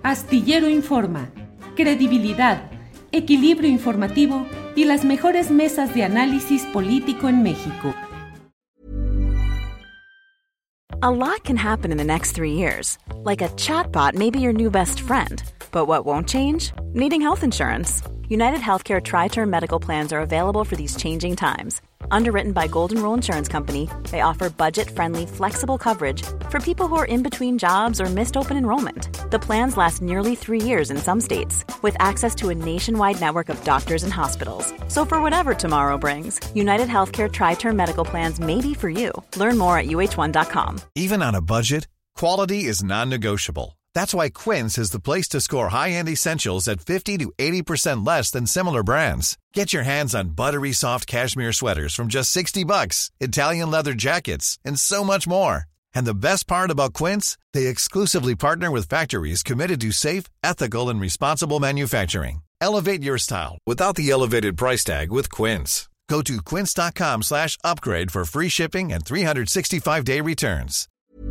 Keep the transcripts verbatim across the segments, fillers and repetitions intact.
Astillero Informa, credibilidad, equilibrio informativo y las mejores mesas de análisis político en México. A lot can happen in the next three years. Like a chatbot may be your new best friend. But what won't change? Needing health insurance. United Healthcare Tri-Term Medical Plans are available for these changing times. Underwritten by Golden Rule Insurance Company, they offer budget-friendly, flexible coverage for people who are in between jobs or missed open enrollment. The plans last nearly three years in some states, with access to a nationwide network of doctors and hospitals. So for whatever tomorrow brings, United Healthcare Tri-Term Medical Plans may be for you. Learn more at U H one dot com. Even on a budget, quality is non-negotiable. That's why Quince is the place to score high-end essentials at fifty to eighty percent less than similar brands. Get your hands on buttery soft cashmere sweaters from just sixty bucks, Italian leather jackets, and so much more. And the best part about Quince, they exclusively partner with factories committed to safe, ethical, and responsible manufacturing. Elevate your style without the elevated price tag with Quince. Go to quince.com slash upgrade for free shipping and three sixty-five day returns.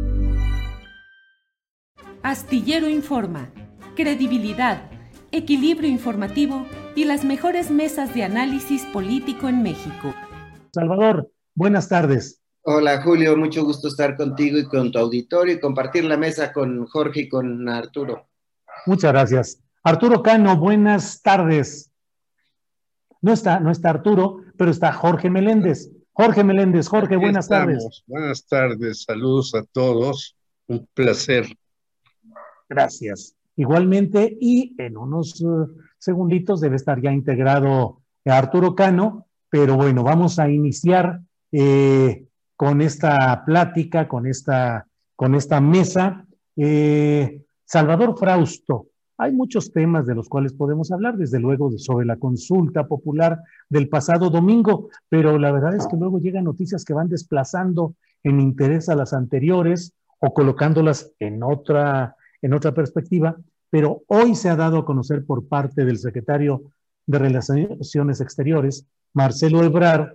Astillero Informa, credibilidad, equilibrio informativo y las mejores mesas de análisis político en México. Salvador, buenas tardes. Hola Julio, mucho gusto estar contigo y con tu auditorio y compartir la mesa con Jorge y con Arturo. Muchas gracias. Arturo Cano, buenas tardes. No está, no está Arturo, pero está Jorge Meléndez. Jorge Meléndez, Jorge, Aquí buenas estamos. tardes. Buenas tardes, saludos a todos, un placer. Gracias. Igualmente, y en unos uh, segunditos debe estar ya integrado Arturo Cano, pero bueno, vamos a iniciar eh, con esta plática, con esta, con esta mesa. Eh, Salvador Frausto, hay muchos temas de los cuales podemos hablar, desde luego de, sobre la consulta popular del pasado domingo, pero la verdad es que luego llegan noticias que van desplazando en interés a las anteriores o colocándolas en otra en otra perspectiva, pero hoy se ha dado a conocer por parte del secretario de Relaciones Exteriores, Marcelo Ebrard,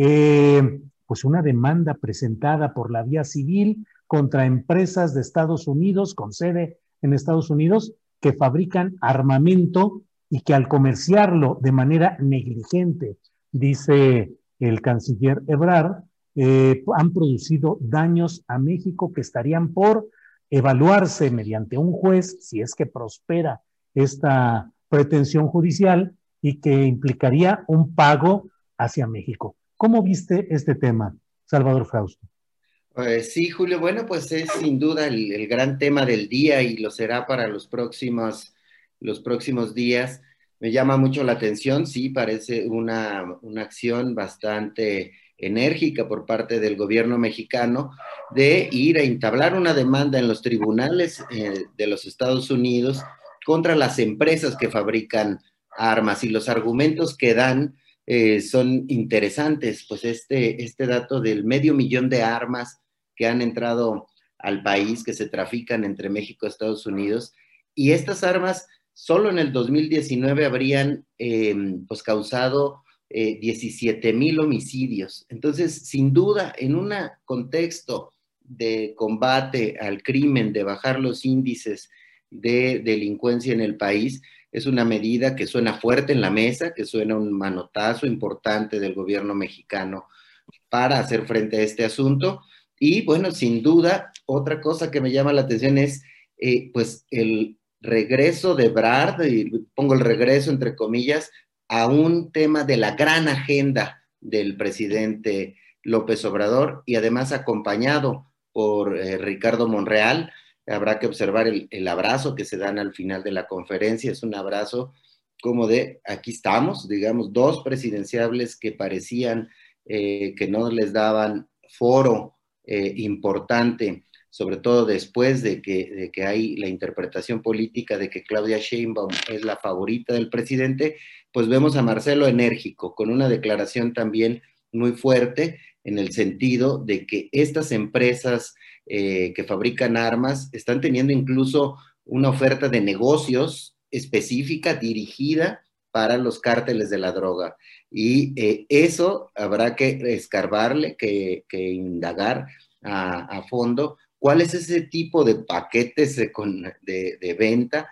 eh, pues una demanda presentada por la vía civil contra empresas de Estados Unidos, con sede en Estados Unidos, que fabrican armamento y que al comerciarlo de manera negligente, dice el canciller Ebrard, eh, han producido daños a México que estarían por evaluarse mediante un juez si es que prospera esta pretensión judicial y que implicaría un pago hacia México. ¿Cómo viste este tema, Salvador Frausto? Pues sí, Julio, bueno, pues es sin duda el, el gran tema del día y lo será para los próximos, los próximos días. Me llama mucho la atención, sí, parece una, una acción bastante enérgica por parte del gobierno mexicano de ir a entablar una demanda en los tribunales eh, de los Estados Unidos contra las empresas que fabrican armas, y los argumentos que dan eh, son interesantes. Pues este, este dato del medio millón de armas que han entrado al país, que se trafican entre México y Estados Unidos, y estas armas solo en el dos mil diecinueve habrían eh, pues causado Eh, diecisiete mil homicidios. Entonces, sin duda, en un contexto de combate al crimen, de bajar los índices de delincuencia en el país, es una medida que suena fuerte en la mesa, que suena un manotazo importante del gobierno mexicano para hacer frente a este asunto. Y bueno, sin duda, otra cosa que me llama la atención es eh, pues el regreso de Ebrard, y pongo el regreso entre comillas, a un tema de la gran agenda del presidente López Obrador, y además acompañado por eh, Ricardo Monreal. Habrá que observar el, el abrazo que se dan al final de la conferencia. Es un abrazo como de, aquí estamos, digamos, dos presidenciables que parecían eh, que no les daban foro eh, importante, sobre todo después de que, de que hay la interpretación política de que Claudia Sheinbaum es la favorita del presidente. Pues vemos a Marcelo enérgico, con una declaración también muy fuerte, en el sentido de que estas empresas eh, que fabrican armas están teniendo incluso una oferta de negocios específica, dirigida para los cárteles de la droga. Y eh, eso habrá que escarbarle, que, que indagar a, a fondo cuál es ese tipo de paquetes de, de, de venta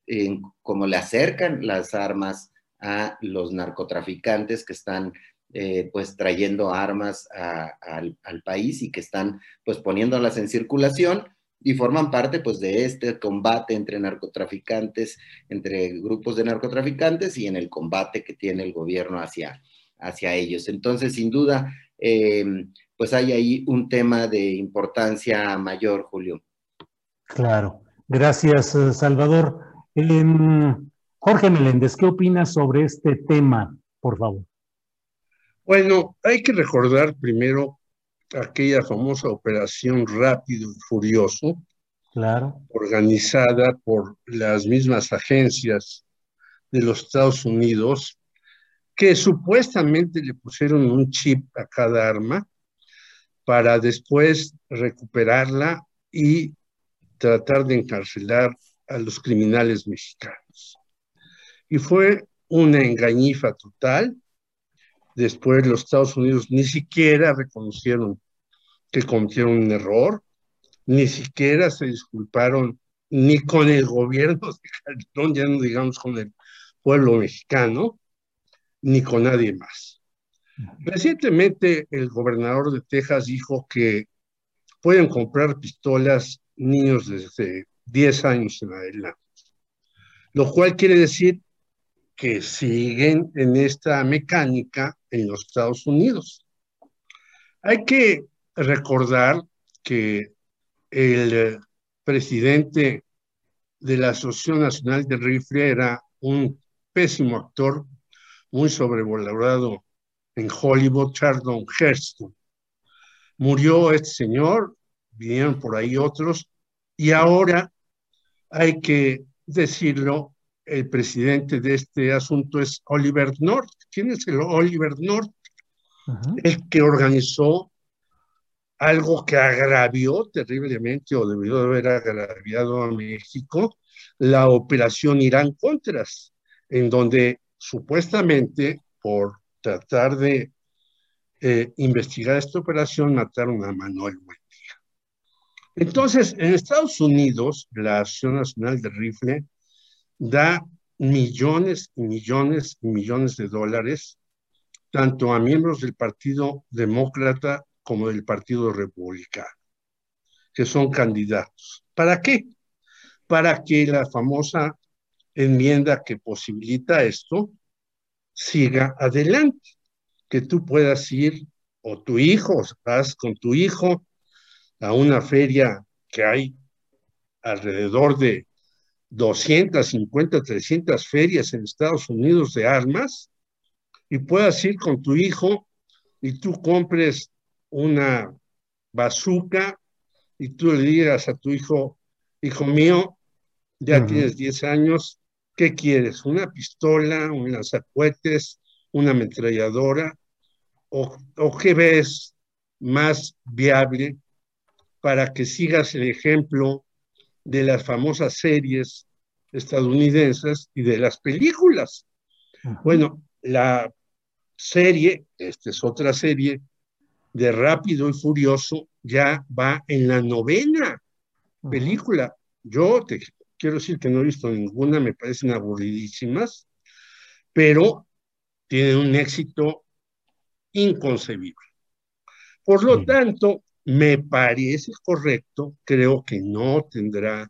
en cómo le acercan las armas a los narcotraficantes que están eh, pues trayendo armas a, a, al, al país y que están pues poniéndolas en circulación y forman parte pues de este combate entre narcotraficantes, entre grupos de narcotraficantes y en el combate que tiene el gobierno hacia, hacia ellos. Entonces, sin duda, eh, pues hay ahí un tema de importancia mayor, Julio. Claro. Gracias, Salvador. Eh, Jorge Meléndez, ¿qué opinas sobre este tema, por favor? Bueno, hay que recordar primero aquella famosa operación Rápido y Furioso, claro, organizada por las mismas agencias de los Estados Unidos, que supuestamente le pusieron un chip a cada arma para después recuperarla y tratar de encarcelar a los criminales mexicanos. Y fue una engañifa total. Después los Estados Unidos ni siquiera reconocieron que cometieron un error, ni siquiera se disculparon ni con el gobierno de Calderón, ya no digamos con el pueblo mexicano, ni con nadie más. Recientemente el gobernador de Texas dijo que pueden comprar pistolas niños desde diez años en adelante, lo cual quiere decir que siguen en esta mecánica en los Estados Unidos. Hay que recordar que el presidente de la Asociación Nacional de Rifle era un pésimo actor, muy sobrevalorado en Hollywood, Charlton Heston. Murió este señor, vinieron por ahí otros, y ahora hay que decirlo, el presidente de este asunto es Oliver North. ¿Quién es el Oliver North? Uh-huh. El que organizó algo que agravió terriblemente o debió de haber agraviado a México, la operación Irán-Contras, en donde supuestamente por tratar de eh, investigar esta operación mataron a Manuel Buendía. Entonces, en Estados Unidos, la Asociación Nacional de Rifle da millones y millones y millones de dólares tanto a miembros del Partido Demócrata como del Partido Republicano, que son candidatos. ¿Para qué? Para que la famosa enmienda que posibilita esto siga adelante, que tú puedas ir, o tu hijo, vas con tu hijo a una feria que hay alrededor de doscientas cincuenta, trescientas ferias en Estados Unidos de armas, y puedas ir con tu hijo y tú compres una bazooka y tú le digas a tu hijo, hijo mío, ya uh-huh. tienes diez años, ¿qué quieres? ¿Una pistola, un lanzacohetes, una ametralladora? ¿O, o qué ves más viable para que sigas el ejemplo de las famosas series estadounidenses y de las películas? Uh-huh. Bueno, la serie, esta es otra serie, de Rápido y Furioso, ya va en la novena uh-huh. película. Yo te quiero decir que no he visto ninguna, me parecen aburridísimas, pero tienen un éxito inconcebible. Por lo sí. tanto, me parece correcto, creo que no tendrá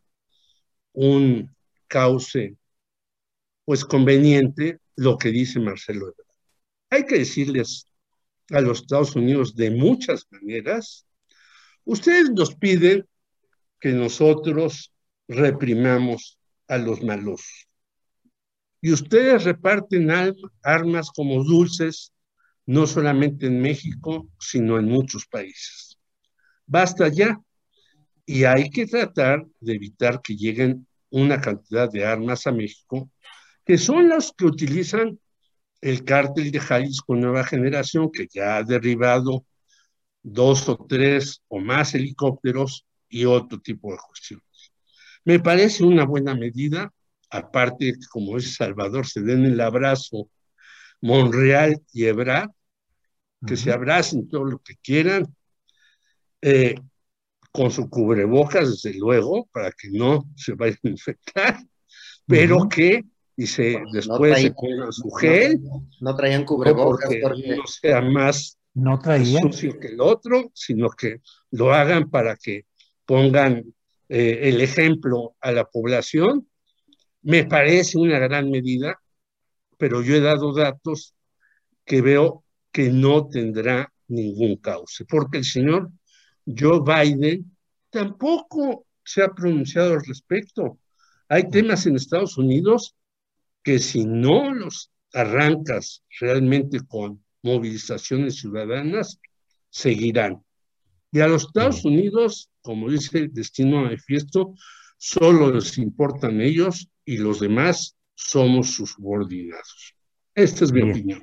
un cauce pues conveniente lo que dice Marcelo Ebrard. Hay que decirles a los Estados Unidos de muchas maneras, ustedes nos piden que nosotros reprimamos a los malos. Y ustedes reparten armas como dulces, no solamente en México, sino en muchos países. Basta ya. Y hay que tratar de evitar que lleguen una cantidad de armas a México, que son las que utilizan el cártel de Jalisco Nueva Generación, que ya ha derribado dos o tres o más helicópteros y otro tipo de cuestiones. Me parece una buena medida, aparte de que, como dice Salvador, se den el abrazo Monreal y Ebrard, que uh-huh. se abracen todo lo que quieran, eh, con su cubrebocas, desde luego, para que no se vayan a infectar, pero Ujú. que, dice, No después se traían, pongan su no, gel, no traían no cubrebocas, porque Jorge. uno sea más No traía. sucio que el otro, sino que lo hagan para que pongan eh, el ejemplo a la población. Me parece una gran medida, pero yo he dado datos que veo que no tendrá ningún cauce, porque el señor Joe Biden tampoco se ha pronunciado al respecto. Hay temas en Estados Unidos que si no los arrancas realmente con movilizaciones ciudadanas, seguirán. Y a los Estados Bien. Unidos, como dice el destino manifiesto, solo les importan ellos y los demás somos sus subordinados. Esta es mi Bien. opinión.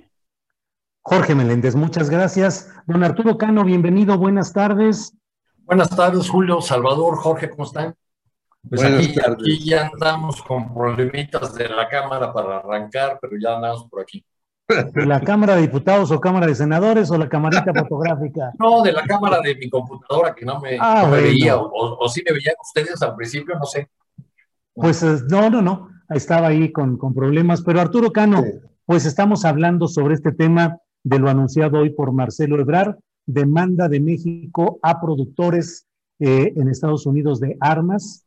Jorge Meléndez, muchas gracias. Don Arturo Cano, bienvenido, buenas tardes. Buenas tardes, Julio, Salvador, Jorge, ¿cómo están? Pues Buenas aquí, tardes. aquí ya andamos con problemitas de la cámara para arrancar, pero ya andamos por aquí. ¿La Cámara de Diputados o Cámara de Senadores o la camarita fotográfica? No, de la cámara de mi computadora que no me, Ah, no me bueno. veía, o, o, o sí me veían ustedes al principio, no sé. Pues eh, no, no, no, estaba ahí con, con problemas, pero Arturo Cano, Sí. pues estamos hablando sobre este tema de lo anunciado hoy por Marcelo Ebrard, demanda de México a productores eh, en Estados Unidos de armas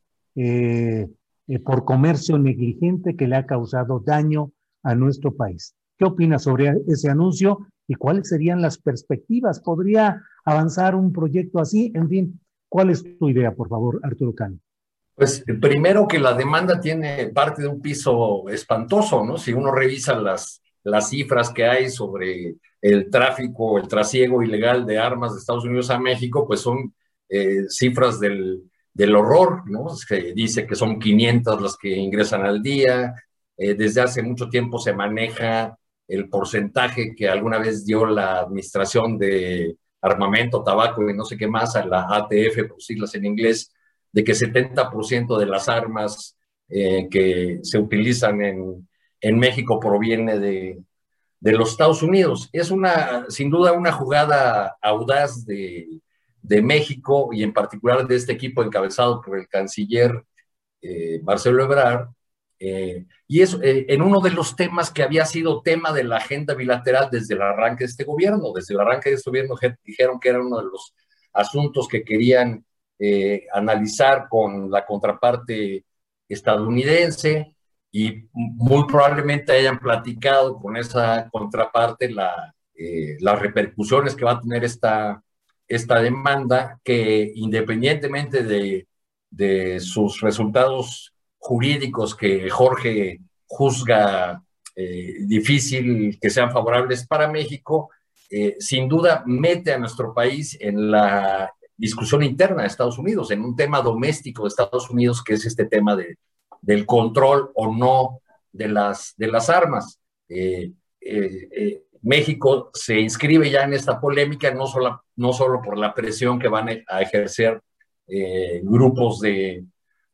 eh, eh, por comercio negligente que le ha causado daño a nuestro país. ¿Qué opinas sobre ese anuncio y cuáles serían las perspectivas? ¿Podría avanzar un proyecto así? En fin, ¿cuál es tu idea, por favor, Arturo Cano? Pues primero que la demanda tiene parte de un piso espantoso, ¿no? Si uno revisa las, las cifras que hay sobre el tráfico, el trasiego ilegal de armas de Estados Unidos a México, pues son eh, cifras del, del horror, ¿no? Se dice que son quinientas las que ingresan al día. Eh, desde hace mucho tiempo se maneja el porcentaje que alguna vez dio la Administración de Armamento, Tabaco y no sé qué más, a la A T F, por siglas en inglés, de que setenta por ciento de las armas eh, que se utilizan en, en México proviene de, de los Estados Unidos. Es una, sin duda, una jugada audaz de, de México y en particular de este equipo encabezado por el canciller eh, Marcelo Ebrard, eh, y es eh, en uno de los temas que había sido tema de la agenda bilateral desde el arranque de este gobierno. Desde el arranque de este gobierno dijeron que era uno de los asuntos que querían Eh, analizar con la contraparte estadounidense y muy probablemente hayan platicado con esa contraparte la, eh, las repercusiones que va a tener esta, esta demanda, que independientemente de, de sus resultados jurídicos que Jorge juzga eh, difícil que sean favorables para México, eh, sin duda mete a nuestro país en la discusión interna de Estados Unidos, en un tema doméstico de Estados Unidos, que es este tema de, del control o no de las, de las armas. Eh, eh, eh, México se inscribe ya en esta polémica, no solo, no solo por la presión que van a ejercer eh, grupos de,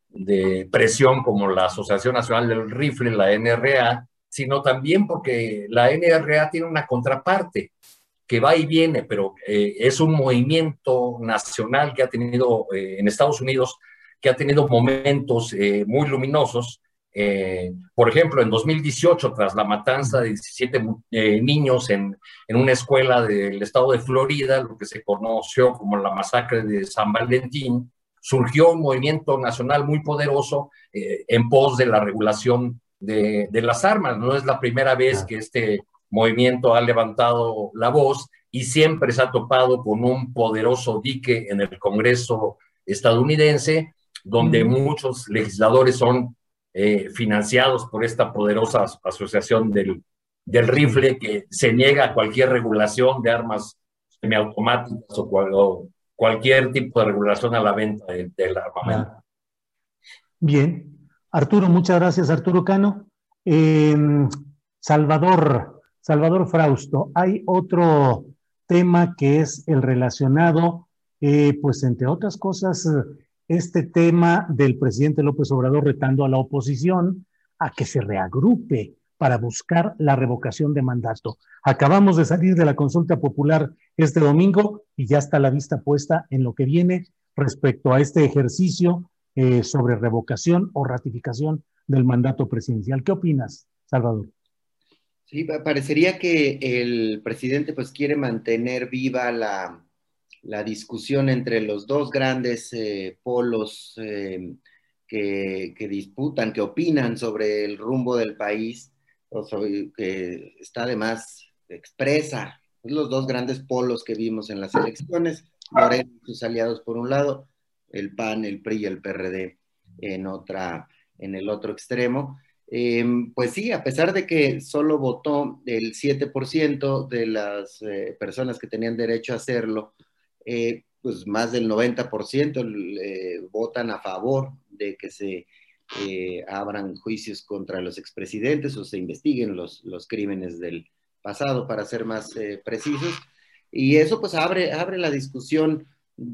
de presión como la Asociación Nacional del Rifle, la N R A, sino también porque la N R A tiene una contraparte que va y viene, pero eh, es un movimiento nacional que ha tenido eh, en Estados Unidos, que ha tenido momentos eh, muy luminosos. Eh, por ejemplo, en dos mil dieciocho, tras la matanza de diecisiete eh, niños en, en una escuela del estado de Florida, lo que se conoció como la masacre de San Valentín, surgió un movimiento nacional muy poderoso eh, en pos de la regulación de, de las armas. No es la primera vez que este movimiento ha levantado la voz y siempre se ha topado con un poderoso dique en el Congreso estadounidense, donde mm. muchos legisladores son eh, financiados por esta poderosa asociación del, del rifle, que se niega a cualquier regulación de armas semiautomáticas o, cual, o cualquier tipo de regulación a la venta de, del armamento. Ah. Bien. Arturo, muchas gracias, Arturo Cano. Eh, Salvador, Salvador Frausto, hay otro tema que es el relacionado, eh, pues entre otras cosas, este tema del presidente López Obrador retando a la oposición a que se reagrupe para buscar la revocación de mandato. Acabamos de salir de la consulta popular este domingo y ya está la vista puesta en lo que viene respecto a este ejercicio eh, sobre revocación o ratificación del mandato presidencial. ¿Qué opinas, Salvador? Sí, parecería que el presidente pues quiere mantener viva la, la discusión entre los dos grandes eh, polos eh, que, que disputan, que opinan sobre el rumbo del país, o sobre, que está además expresa los dos grandes polos que vimos en las elecciones, Morena y sus aliados por un lado, el P A N, el P R I y el P R D en, otra, en el otro extremo. Eh, pues sí, a pesar de que solo votó el siete por ciento de las eh, personas que tenían derecho a hacerlo, eh, pues más del noventa por ciento eh, votan a favor de que se eh, abran juicios contra los expresidentes o se investiguen los, los crímenes del pasado, para ser más eh, precisos. Y eso pues abre, abre la discusión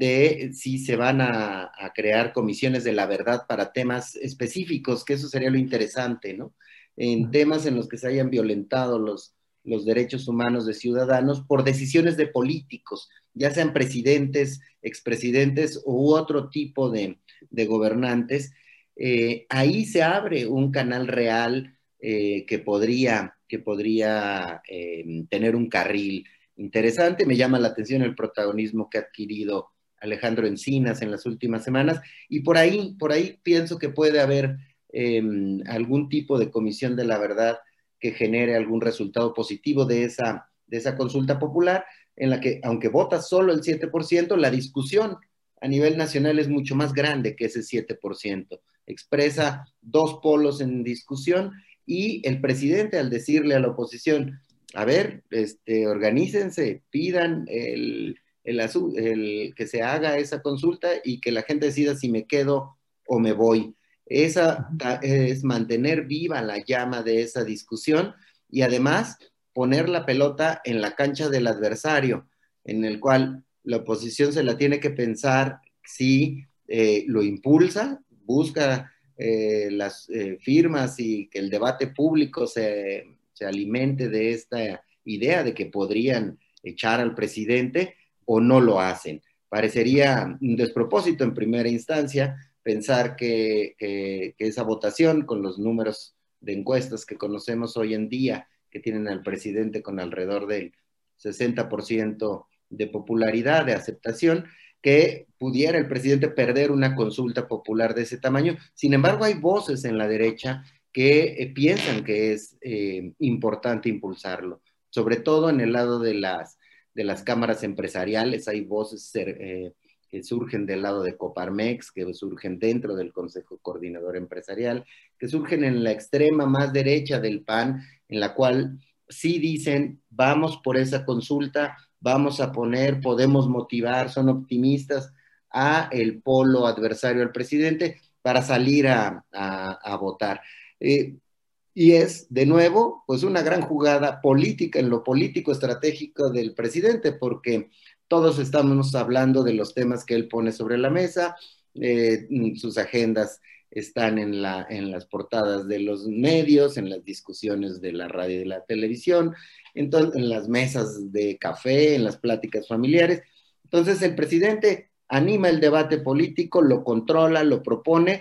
de si se van a, a crear comisiones de la verdad para temas específicos, que eso sería lo interesante, ¿no? En temas en los que se hayan violentado los, los derechos humanos de ciudadanos por decisiones de políticos, ya sean presidentes, expresidentes u otro tipo de, de gobernantes. Eh, ahí se abre un canal real eh, que podría, que podría eh, tener un carril interesante. Me llama la atención el protagonismo que ha adquirido Alejandro Encinas en las últimas semanas, y por ahí, por ahí pienso que puede haber eh, algún tipo de comisión de la verdad que genere algún resultado positivo de esa, de esa consulta popular, en la que, aunque vota solo el siete por ciento, la discusión a nivel nacional es mucho más grande que ese siete por ciento. Expresa dos polos en discusión, y el presidente, al decirle a la oposición, a ver, este, organícense, pidan el, el, el, que se haga esa consulta y que la gente decida si me quedo o me voy. Esa es mantener viva la llama de esa discusión, y además poner la pelota en la cancha del adversario, en el cual la oposición se la tiene que pensar si eh, lo impulsa, busca eh, las eh, firmas y que el debate público se, se alimente de esta idea de que podrían echar al presidente, o no lo hacen. Parecería un despropósito en primera instancia pensar que, que, que esa votación, con los números de encuestas que conocemos hoy en día, que tienen al presidente con alrededor del sesenta por ciento de popularidad, de aceptación, que pudiera el presidente perder una consulta popular de ese tamaño. Sin embargo, hay voces en la derecha que eh, piensan que es eh, importante impulsarlo, sobre todo en el lado de las, de las cámaras empresariales. Hay voces eh, que surgen del lado de Coparmex, que surgen dentro del Consejo Coordinador Empresarial, que surgen en la extrema más derecha del P A N, en la cual sí dicen, vamos por esa consulta, vamos a poner, podemos motivar, son optimistas, a el polo adversario al presidente para salir a, a, a votar. Eh, y es, de nuevo, pues una gran jugada política, en lo político estratégico del presidente, porque todos estamos hablando de los temas que él pone sobre la mesa, eh, sus agendas están en, la, en las portadas de los medios, en las discusiones de la radio y de la televisión, entonces, en las mesas de café, en las pláticas familiares. Entonces el presidente anima el debate político, lo controla, lo propone,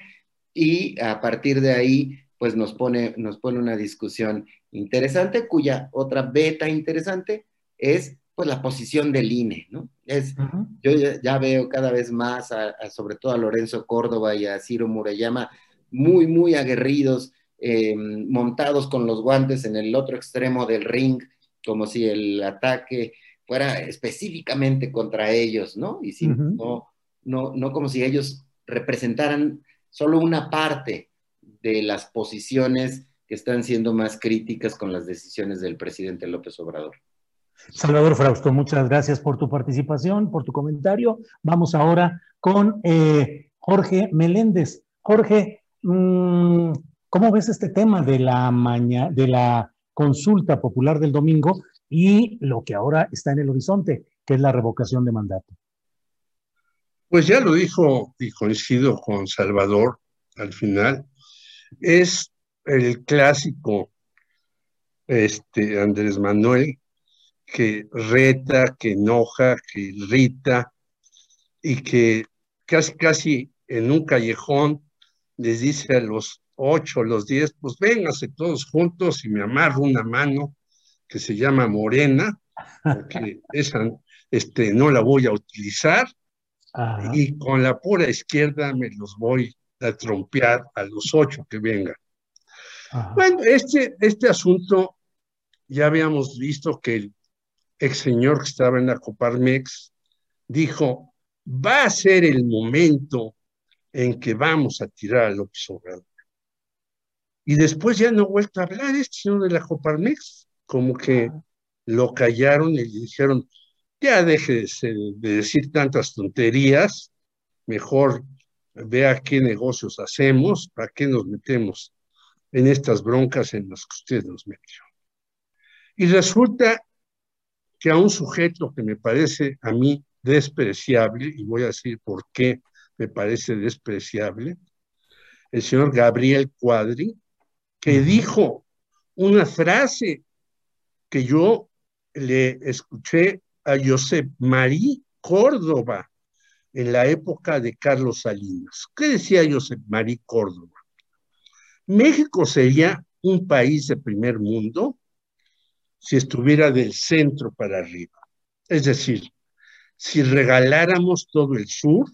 y a partir de ahí pues nos pone, nos pone una discusión interesante, cuya otra beta interesante es pues la posición del I N E, ¿no? Es, uh-huh. Yo ya, ya veo cada vez más, a, a, sobre todo a Lorenzo Córdoba y a Ciro Murayama, muy, muy aguerridos, eh, montados con los guantes en el otro extremo del ring, como si el ataque fuera específicamente contra ellos, ¿no? Y si, uh-huh. no, no, no como si ellos representaran solo una parte de las posiciones que están siendo más críticas con las decisiones del presidente López Obrador. Salvador Frausto, muchas gracias por tu participación, por tu comentario. Vamos ahora con eh, Jorge Meléndez. Jorge, mmm, ¿cómo ves este tema de la, maña, de la consulta popular del domingo y lo que ahora está en el horizonte, que es la revocación de mandato? Pues ya lo dijo, y coincido con Salvador al final, es el clásico este, Andrés Manuel, que reta, que enoja, que irrita, y que casi, casi en un callejón les dice a los ocho, los diez, pues vénganse todos juntos y me amarro una mano que se llama Morena, porque esa este, no la voy a utilizar, ajá, y con la pura izquierda me los voy a trompear a los ocho que vengan. Ajá. Bueno, este, este asunto ya habíamos visto que el ex señor que estaba en la Coparmex dijo, va a ser el momento en que vamos a tirar a López Obrador. Y después ya no ha vuelto a hablar este señor de la Coparmex, como que lo callaron y le dijeron, ya deje de, de decir tantas tonterías, mejor vea qué negocios hacemos, para qué nos metemos en estas broncas en las que usted nos metió. Y resulta que a un sujeto que me parece a mí despreciable, y voy a decir por qué me parece despreciable, el señor Gabriel Cuadri, que uh-huh. dijo una frase que yo le escuché a Josep Marí Córdoba en la época de Carlos Salinas. ¿Qué decía Josep Marí Córdoba? México sería un país de primer mundo si estuviera del centro para arriba. Es decir, si regaláramos todo el sur,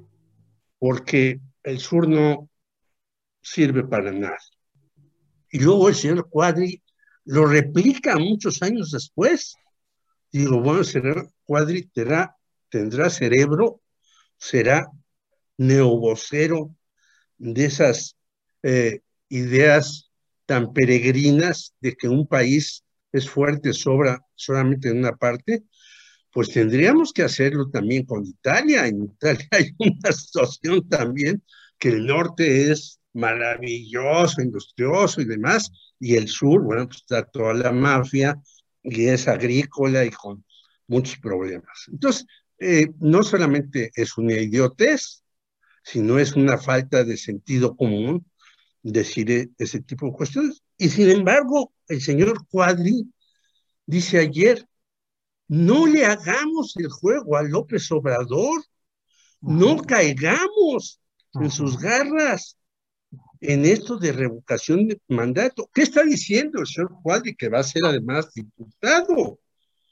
porque el sur no sirve para nada. Y luego el señor Cuadri lo replica muchos años después. Digo, bueno, será Cuadri tendrá, tendrá cerebro, será neovocero de esas eh, ideas tan peregrinas de que un país es fuerte sobra solamente en una parte. Pues tendríamos que hacerlo también con Italia. En Italia hay una situación también que el norte es maravilloso, industrioso y demás, y el sur, bueno, pues está toda la mafia y es agrícola y con muchos problemas. Entonces, eh, no solamente es una idiotez, sino es una falta de sentido común decir ese tipo de cuestiones. Y sin embargo, el señor Cuadri dice ayer, no le hagamos el juego a López Obrador, no uh-huh. caigamos uh-huh. en sus garras, en esto de revocación de mandato. ¿Qué está diciendo el señor Cuadri, que va a ser además diputado?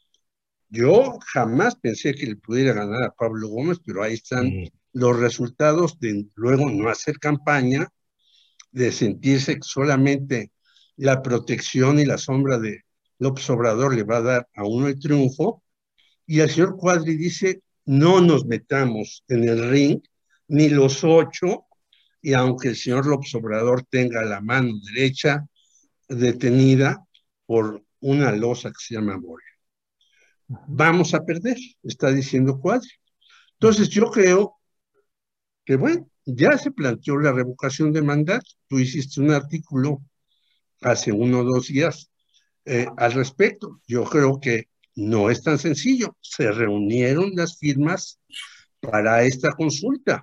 Yo jamás pensé que le pudiera ganar a Pablo Gómez, pero ahí están uh-huh. los resultados de luego no hacer campaña, de sentirse que solamente la protección y la sombra de López Obrador le va a dar a uno el triunfo, y el señor Cuadri dice, no nos metamos en el ring, ni los ocho, y aunque el señor López Obrador tenga la mano derecha detenida por una losa que se llama Morena. Uh-huh. Vamos a perder, está diciendo Cuadri. Entonces yo creo que, bueno, ya se planteó la revocación de mandato. Tú hiciste un artículo hace uno o dos días Eh, al respecto. Yo creo que no es tan sencillo. Se reunieron las firmas para esta consulta.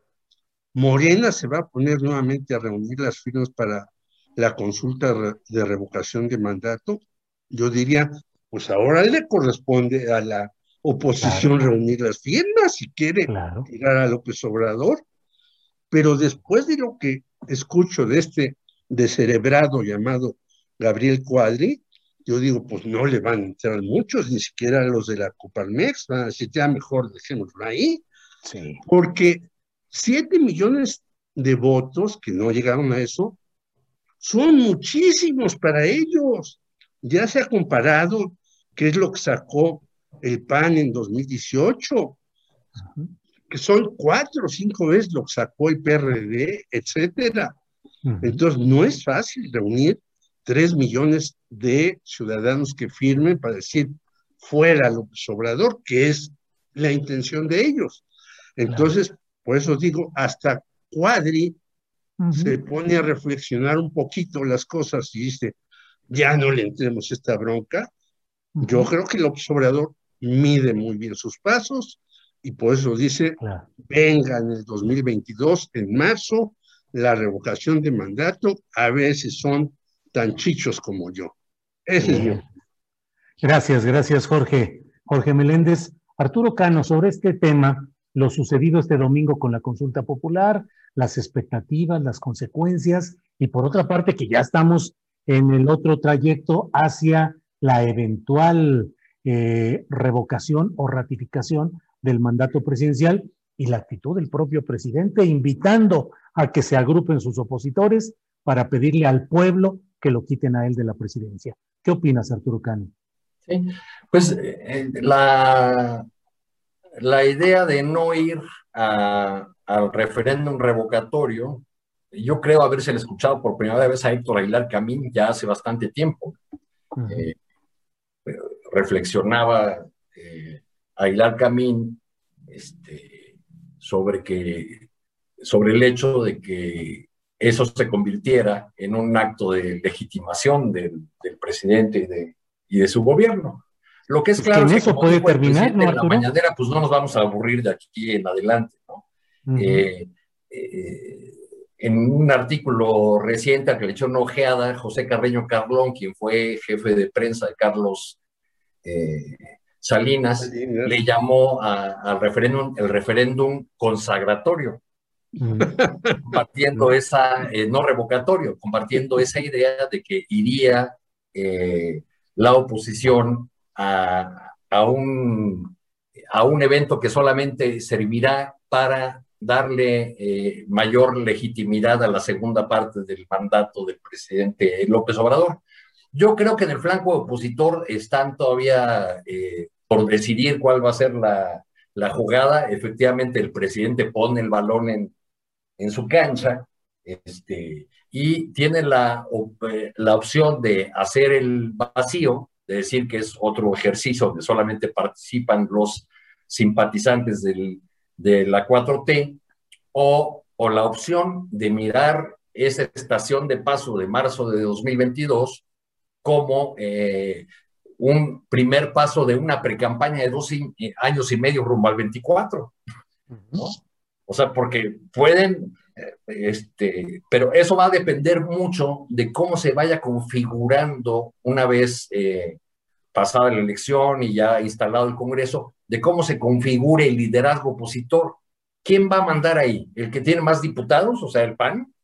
Morena se va a poner nuevamente a reunir las firmas para la consulta de revocación de mandato. Yo diría, pues ahora le corresponde a la oposición claro. reunir las firmas si quiere claro. tirar a López Obrador. Pero después de lo que escucho de este descerebrado llamado Gabriel Cuadri, yo digo, pues no le van a entrar muchos, ni siquiera los de la Coparmex, van a decir, ya mejor dejémoslo ahí, sí. porque siete millones de votos, que no llegaron a eso, son muchísimos para ellos. Ya se ha comparado qué es lo que sacó el P A N en dos mil dieciocho, uh-huh. que son cuatro o cinco veces lo que sacó el P R D, etcétera. Uh-huh. Entonces, no es fácil reunir tres millones de ciudadanos que firmen para decir fuera López Obrador, que es la intención de ellos. Entonces, claro. por eso digo, hasta Cuadri uh-huh. se pone a reflexionar un poquito las cosas y dice, ya no le entremos esta bronca. Uh-huh. Yo creo que López Obrador mide muy bien sus pasos y por eso dice, claro. venga en el dos mil veintidós, en marzo, la revocación de mandato, a ver si son tan chichos como yo. Ese Bien. es mi... Gracias, gracias Jorge. Jorge Meléndez. Arturo Cano, sobre este tema, lo sucedido este domingo con la consulta popular, las expectativas, las consecuencias, y por otra parte que ya estamos en el otro trayecto hacia la eventual eh, revocación o ratificación del mandato presidencial y la actitud del propio presidente invitando a que se agrupen sus opositores para pedirle al pueblo que lo quiten a él de la presidencia. ¿Qué opinas, Arturo Cano? Sí, pues eh, la, la idea de no ir a, al referéndum revocatorio, yo creo haberse escuchado por primera vez a Héctor Aguilar Camín ya hace bastante tiempo. Uh-huh. eh, reflexionaba eh, Aguilar Camín este, sobre, que, sobre el hecho de que eso se convirtiera en un acto de legitimación del, del presidente y de, y de su gobierno. Lo que es pues claro que es que eso puede terminar, ¿no, en la mañanera, pues no nos vamos a aburrir de aquí en adelante, ¿no? Uh-huh. eh, eh, en un artículo reciente al que le echó una ojeada José Carreño Carlón, quien fue jefe de prensa de Carlos eh, Salinas, Salinas, le llamó al referéndum el referéndum consagratorio, uh-huh. compartiendo uh-huh. esa, eh, no revocatorio, compartiendo esa idea de que iría eh, la oposición a, a, un, a un evento que solamente servirá para darle eh, mayor legitimidad a la segunda parte del mandato del presidente López Obrador. Yo creo que en el flanco opositor están todavía eh, por decidir cuál va a ser la, la jugada. Efectivamente, el presidente pone el balón en, en su cancha este, y tiene la, la opción de hacer el vacío, de decir que es otro ejercicio donde solamente participan los simpatizantes del, de la cuatro T, o, o la opción de mirar esa estación de paso de marzo de dos mil veintidós como eh, un primer paso de una precampaña de dos años y medio rumbo al veinticuatro, ¿no? O sea, porque pueden, este, pero eso va a depender mucho de cómo se vaya configurando una vez eh, pasada la elección y ya instalado el Congreso, de cómo se configure el liderazgo opositor. ¿Quién va a mandar ahí? ¿El que tiene más diputados, o sea, el P A N?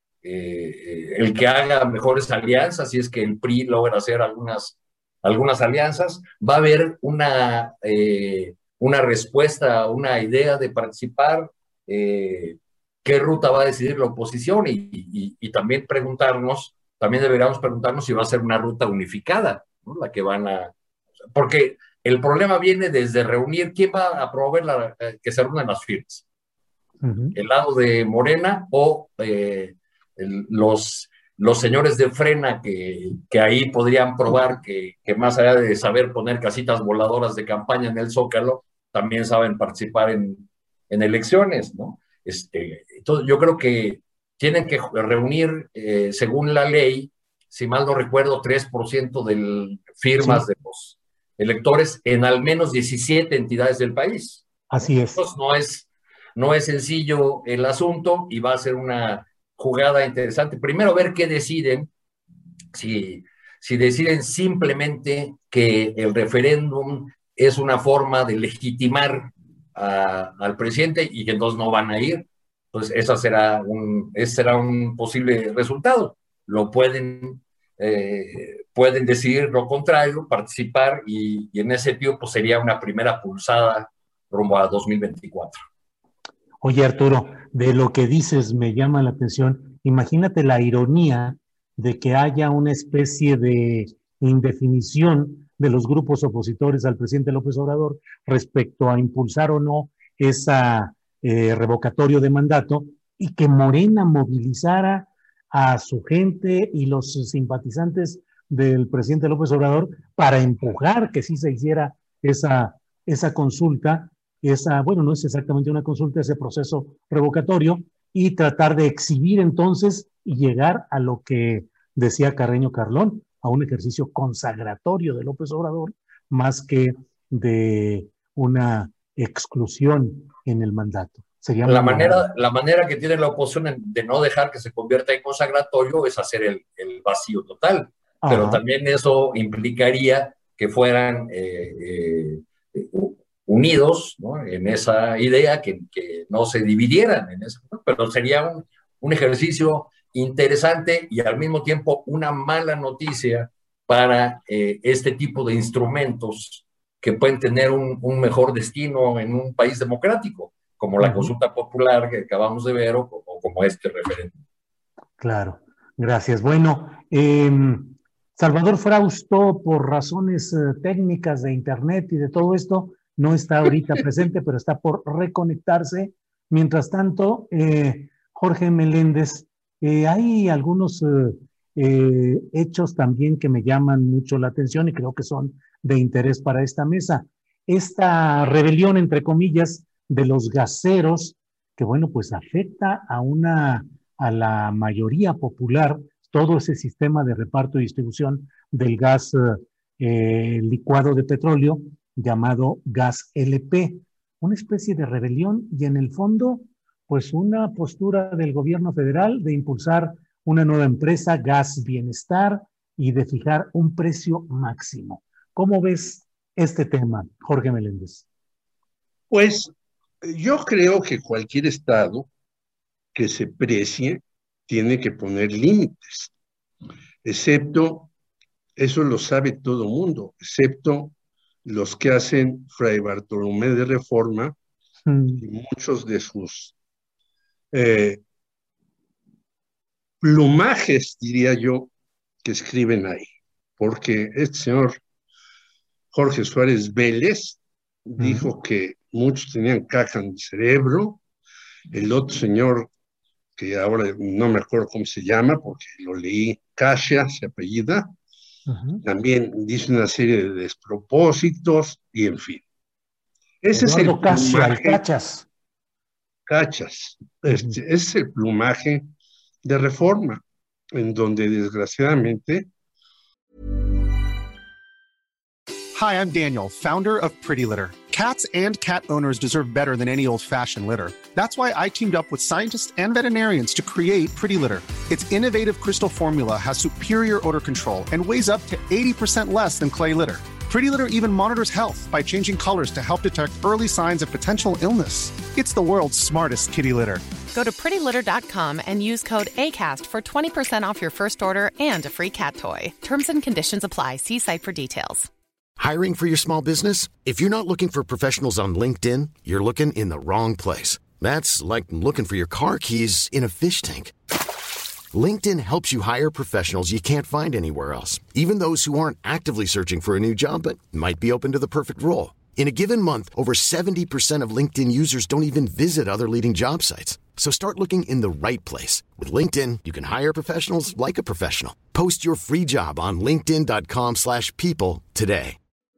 Eh, el que haga mejores alianzas, si es que el P R I logra hacer algunas, algunas alianzas. Va a haber una, eh, una respuesta, una idea de participar, eh, qué ruta va a decidir la oposición y, y, y también preguntarnos, también deberíamos preguntarnos si va a ser una ruta unificada, ¿no? La que van a... Porque el problema viene desde reunir, ¿quién va a promover la, eh, que se reúnan las firmas? Uh-huh. ¿El lado de Morena o eh, el, los, los señores de Frena que, que ahí podrían probar que, que más allá de saber poner casitas voladoras de campaña en el Zócalo, también saben participar en, en elecciones, ¿no? Este, entonces yo creo que tienen que reunir, eh, según la ley, si mal no recuerdo, tres por ciento de firmas sí. de los electores en al menos diecisiete entidades del país. Así es. Entonces no es, no es sencillo el asunto y va a ser una jugada interesante. Primero ver qué deciden, si, si deciden simplemente que el referéndum es una forma de legitimar a, al presidente y que entonces no van a ir, pues esa será un, ese será un posible resultado. Lo pueden, eh, pueden decidir lo contrario, participar y, y en ese tiempo pues sería una primera pulsada rumbo a dos mil veinticuatro. Oye, Arturo, de lo que dices me llama la atención. Imagínate la ironía de que haya una especie de indefinición de los grupos opositores al presidente López Obrador respecto a impulsar o no esa eh, revocatorio de mandato y que Morena movilizara a su gente y los simpatizantes del presidente López Obrador para empujar que sí se hiciera esa, esa consulta, esa, bueno, no es exactamente una consulta, ese proceso revocatorio, y tratar de exhibir entonces y llegar a lo que decía Carreño Carlón, a un ejercicio consagratorio de López Obrador, más que de una exclusión en el mandato. Sería la, manera, la manera que tiene la oposición de no dejar que se convierta en consagratorio es hacer el, el vacío total. Pero Ajá. también eso implicaría que fueran eh, eh, unidos, ¿no?, en esa idea, que, que no se dividieran en eso, ¿no? Pero sería un, un ejercicio interesante y al mismo tiempo una mala noticia para eh, este tipo de instrumentos que pueden tener un, un mejor destino en un país democrático, como la uh-huh. consulta popular que acabamos de ver, o, o como este referéndum. Claro, gracias. Bueno, eh, Salvador Frausto, por razones eh, técnicas de internet y de todo esto, no está ahorita presente, pero está por reconectarse. Mientras tanto, eh, Jorge Meléndez, eh, hay algunos eh, eh, hechos también que me llaman mucho la atención y creo que son de interés para esta mesa. Esta rebelión, entre comillas, de los gaseros, que bueno, pues afecta a una, a la mayoría popular, todo ese sistema de reparto y distribución del gas eh, licuado de petróleo, llamado gas L P, una especie de rebelión y en el fondo, pues una postura del gobierno federal de impulsar una nueva empresa, Gas Bienestar, y de fijar un precio máximo. ¿Cómo ves este tema, Jorge Meléndez? Pues yo creo que cualquier estado que se precie tiene que poner límites, excepto, eso lo sabe todo el mundo, excepto los que hacen Fray Bartolomé de Reforma mm. y muchos de sus eh, plumajes, diría yo, que escriben ahí. Porque este señor Jorge Suárez Vélez mm. dijo que muchos tenían caja en el cerebro, el otro señor, que ahora no me acuerdo cómo se llama, porque lo leí, Casia, se apellida, Uh-huh. también dice una serie de despropósitos y en fin. Ese Eduardo es el plumaje. Casia, el Cachas. Cachas. Este, uh-huh. Ese es el plumaje de Reforma, en donde desgraciadamente. Hi, I'm Daniel, founder of Pretty Litter. Cats and cat owners deserve better than any old-fashioned litter. That's why I teamed up with scientists and veterinarians to create Pretty Litter. Its innovative crystal formula has superior odor control and weighs up to eighty percent less than clay litter. Pretty Litter even monitors health by changing colors to help detect early signs of potential illness. It's the world's smartest kitty litter. Go to pretty litter dot com and use code ACAST for twenty percent off your first order and a free cat toy. Terms and conditions apply. See site for details. Hiring for your small business? If you're not looking for professionals on LinkedIn, you're looking in the wrong place. That's like looking for your car keys in a fish tank. LinkedIn helps you hire professionals you can't find anywhere else, even those who aren't actively searching for a new job but might be open to the perfect role. In a given month, over seventy percent of LinkedIn users don't even visit other leading job sites. So start looking in the right place. With LinkedIn, you can hire professionals like a professional. Post your free job on linkedin dot com slash people today.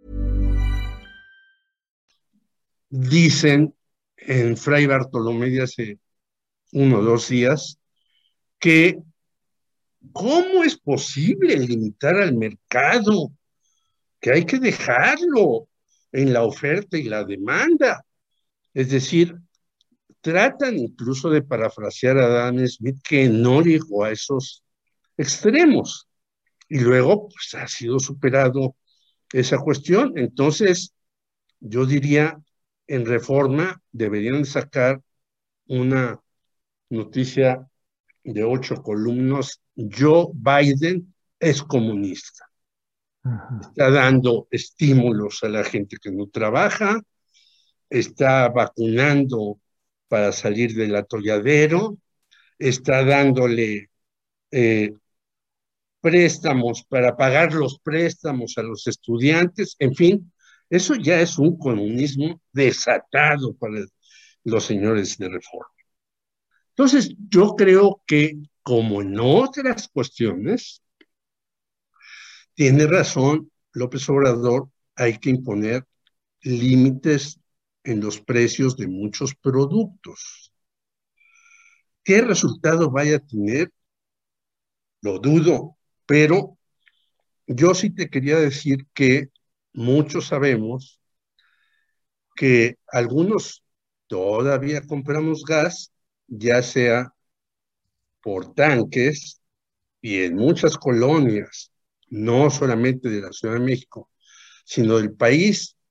Dicen en Fray Bartolomé de hace uno o dos días que ¿cómo es posible limitar al mercado? Que hay que dejarlo en la oferta y la demanda. Es decir, tratan incluso de parafrasear a Adam Smith, que no llegó a esos extremos. Y luego pues, ha sido superado esa cuestión. Entonces, yo diría, en Reforma deberían sacar una noticia de ocho columnas. Joe Biden es comunista. Ajá. Está dando estímulos a la gente que no trabaja, está vacunando para salir del atolladero, está dándole eh, préstamos para pagar los préstamos a los estudiantes, en fin, eso ya es un comunismo desatado para los señores de Reforma. Entonces, yo creo que, como en otras cuestiones, tiene razón López Obrador, hay que imponer límites en los precios de muchos productos. ¿Qué resultado vaya a tener? Lo dudo, pero yo sí te quería decir que muchos sabemos que algunos todavía compramos gas, ya sea por tanques, y en muchas colonias, no solamente de la Ciudad de México, sino del país,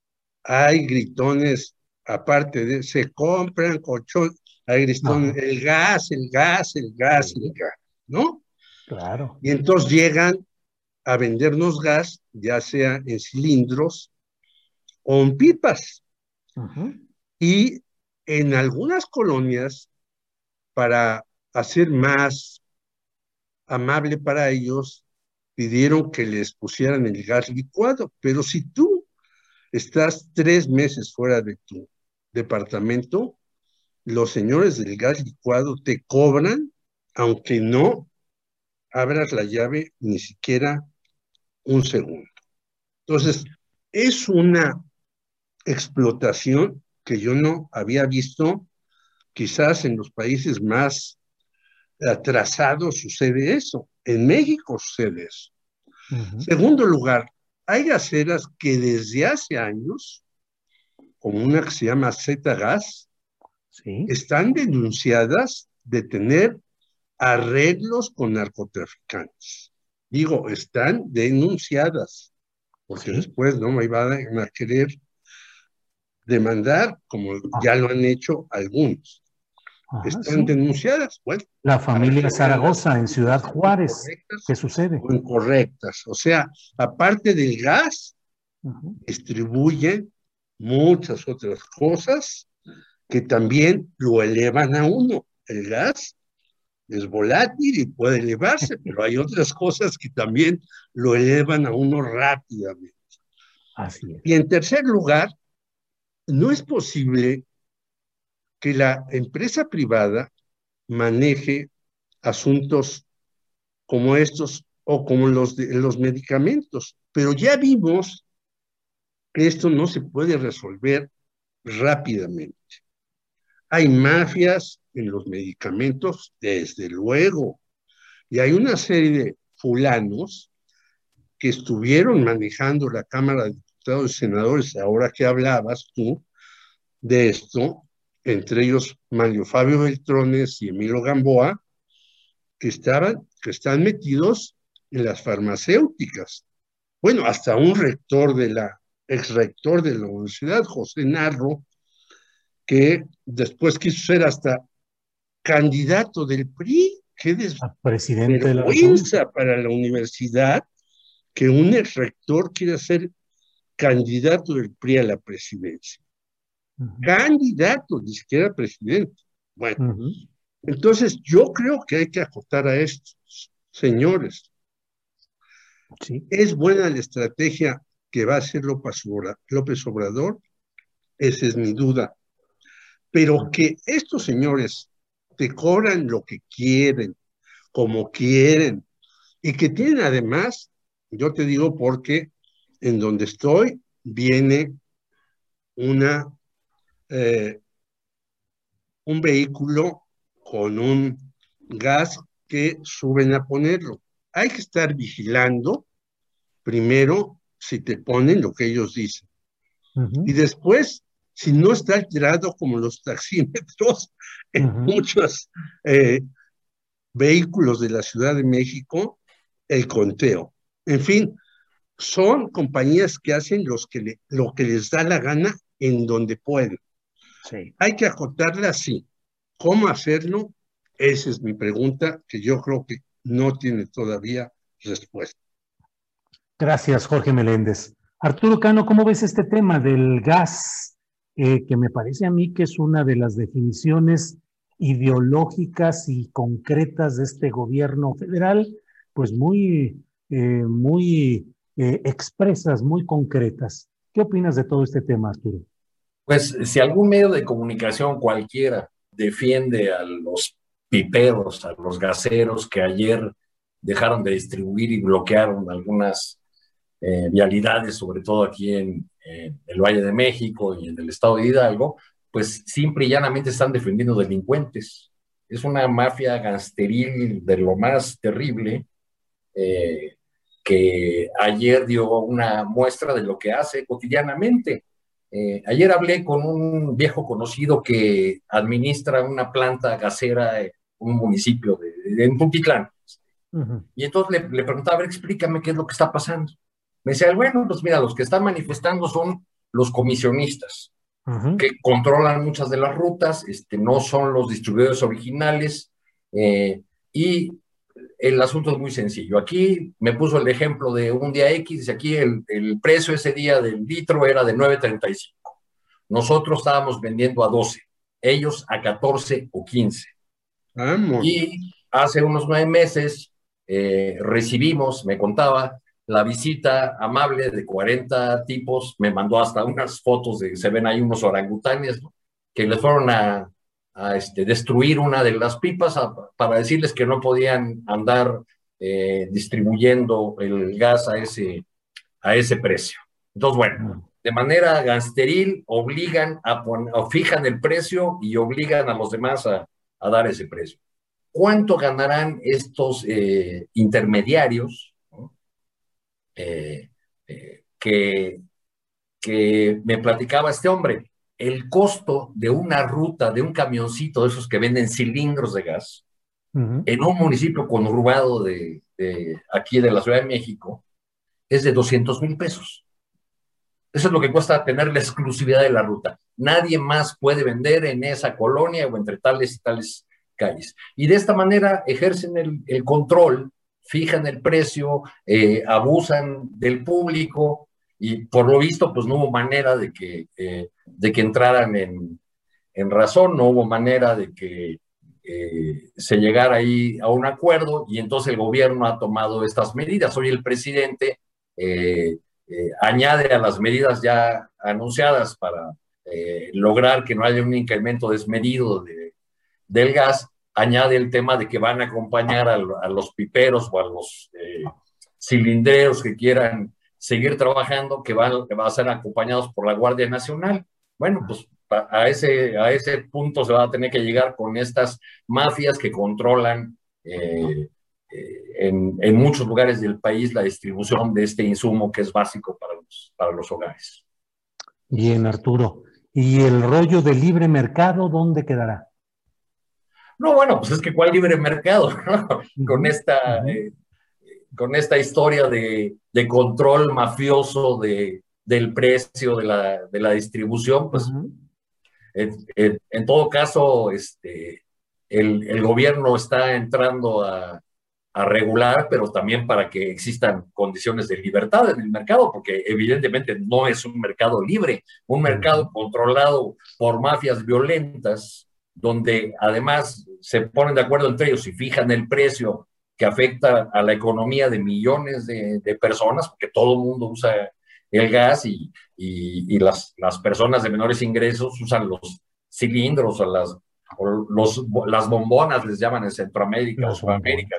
hay gritones, aparte de, se compran colchones, hay gritones, Ajá. el gas, el gas, el gas, Sí. el gas, ¿no? Claro. Y entonces llegan a vendernos gas, ya sea en cilindros o en pipas. Ujú. Y en algunas colonias, para hacer más amable para ellos, pidieron que les pusieran el gas licuado. Pero si tú estás tres meses fuera de tu departamento, los señores del gas licuado te cobran, aunque no abras la llave ni siquiera un segundo. Entonces, es una explotación que yo no había visto. Quizás en los países más atrasados sucede eso. En México sucede eso. Ujú. Segundo lugar, hay gaseras que desde hace años, como una que se llama Z-Gas, Sí. están denunciadas de tener arreglos con narcotraficantes. Digo, están denunciadas, porque Sí. después no me van a querer demandar, como Ah, ya lo han hecho algunos. ajá, Están sí. denunciadas, bueno, La familia arreglan las Zaragoza en Ciudad cosas Juárez. ¿Qué incorrectas sucede? o incorrectas. O sea, aparte del gas, Ujú. distribuyen muchas otras cosas que también lo elevan a uno. El gas es volátil y puede elevarse, pero hay otras cosas que también lo elevan a uno rápidamente. Así es. Y en tercer lugar, no es posible que la empresa privada maneje asuntos como estos o como los de los medicamentos, pero ya vimos que esto no se puede resolver rápidamente. Hay mafias en los medicamentos, desde luego, y hay una serie de fulanos que estuvieron manejando la Cámara de Diputados y Senadores, ahora que hablabas tú de esto, entre ellos Mario Fabio Beltrones y Emilio Gamboa, que estaban, que están metidos en las farmacéuticas. Bueno, hasta un rector de la, ex rector de la universidad, José Narro, que después quiso ser hasta candidato del P R I. Qué A presidente de la desvergüenza República. para la universidad que un ex rector quiera ser candidato del P R I a la presidencia. Ujú. Candidato, ni siquiera presidente. Bueno, Ujú. entonces yo creo que hay que acotar a estos señores. Sí. ¿Es buena la estrategia que va a hacer López Obrador? López Obrador? Esa es mi duda. Pero que estos señores te cobran lo que quieren, como quieren, y que tienen además, yo te digo porque en donde estoy viene una, eh, un vehículo con un gas que suben a ponerlo. Hay que estar vigilando primero si te ponen lo que ellos dicen. Ujú. Y después, si no está alterado como los taxímetros en Ujú. muchos eh, vehículos de la Ciudad de México, el conteo. En fin, son compañías que hacen los que le, lo que les da la gana en donde pueden. Sí. Hay que acotarla así. ¿Cómo hacerlo? Esa es mi pregunta, que yo creo que no tiene todavía respuesta. Gracias, Jorge Meléndez. Arturo Cano, ¿cómo ves este tema del gas? Eh, que me parece a mí que es una de las definiciones ideológicas y concretas de este gobierno federal, pues muy, eh, muy eh, expresas, muy concretas. ¿Qué opinas de todo este tema, Arturo? Pues si algún medio de comunicación cualquiera defiende a los piperos, a los gaseros que ayer dejaron de distribuir y bloquearon algunas eh, vialidades, sobre todo aquí en, en el Valle de México y en el estado de Hidalgo, pues simple y llanamente están defendiendo delincuentes. Es una mafia gangsteril de lo más terrible, eh, que ayer dio una muestra de lo que hace cotidianamente. Eh, ayer hablé con un viejo conocido que administra una planta gasera en un municipio de, de, en Puntitlán. Uh-huh. Y entonces le, le preguntaba, a ver, explícame qué es lo que está pasando. Me decía, bueno, pues mira, los que están manifestando son los comisionistas, Ujú. que controlan muchas de las rutas, este, no son los distribuidores originales, eh, y el asunto es muy sencillo. Aquí me puso el ejemplo de un día X, dice aquí el, el precio ese día del litro era de nueve treinta y cinco. Nosotros estábamos vendiendo a doce, ellos a catorce o quince. Vamos. Y hace unos nueve meses eh, recibimos, me contaba, la visita amable de cuarenta tipos, me mandó hasta unas fotos de, se ven ahí unos orangutanes, ¿no?, que les fueron a, a este, destruir una de las pipas a, para decirles que no podían andar eh, distribuyendo el gas a ese, a ese precio. Entonces, bueno, de manera gangsteril obligan a poner, o fijan el precio y obligan a los demás a, a dar ese precio. ¿Cuánto ganarán estos eh, intermediarios, ¿no?, eh, eh, que, que me platicaba este hombre? El costo de una ruta, de un camioncito de esos que venden cilindros de gas, Ujú. en un municipio conurbado de, de aquí de la Ciudad de México, es de doscientos mil pesos. Eso es lo que cuesta tener la exclusividad de la ruta. Nadie más puede vender en esa colonia o entre tales y tales calles. Y de esta manera ejercen el, el control, fijan el precio, eh, abusan del público, y por lo visto pues no hubo manera de que, eh, de que entraran en, en razón, no hubo manera de que eh, se llegara ahí a un acuerdo, y entonces el gobierno ha tomado estas medidas. Hoy el presidente eh, eh, añade a las medidas ya anunciadas para eh, lograr que no haya un incremento desmedido de, del gas, añade el tema de que van a acompañar a, a los piperos o a los eh, cilindreros que quieran seguir trabajando, que van, que van a ser acompañados por la Guardia Nacional. Bueno, pues a ese, a ese punto se va a tener que llegar con estas mafias que controlan eh, eh, en, en muchos lugares del país la distribución de este insumo que es básico para los, para los hogares. Bien, Arturo. ¿Y el rollo de libre mercado dónde quedará? No, bueno, pues es que ¿cuál libre mercado? ¿No? Uh-huh. Con esta, uh-huh. eh, con esta historia de, de control mafioso de, del precio de la, de la distribución, pues uh-huh. en, en, en todo caso, este, el, el gobierno está entrando a, a regular, pero también para que existan condiciones de libertad en el mercado, porque evidentemente no es un mercado libre, un mercado uh-huh. controlado por mafias violentas, donde además se ponen de acuerdo entre ellos y fijan el precio que afecta a la economía de millones de, de personas, porque todo el mundo usa el gas, y, y, y las, las personas de menores ingresos usan los cilindros o las, o los, las bombonas, les llaman en Centroamérica o Sudamérica.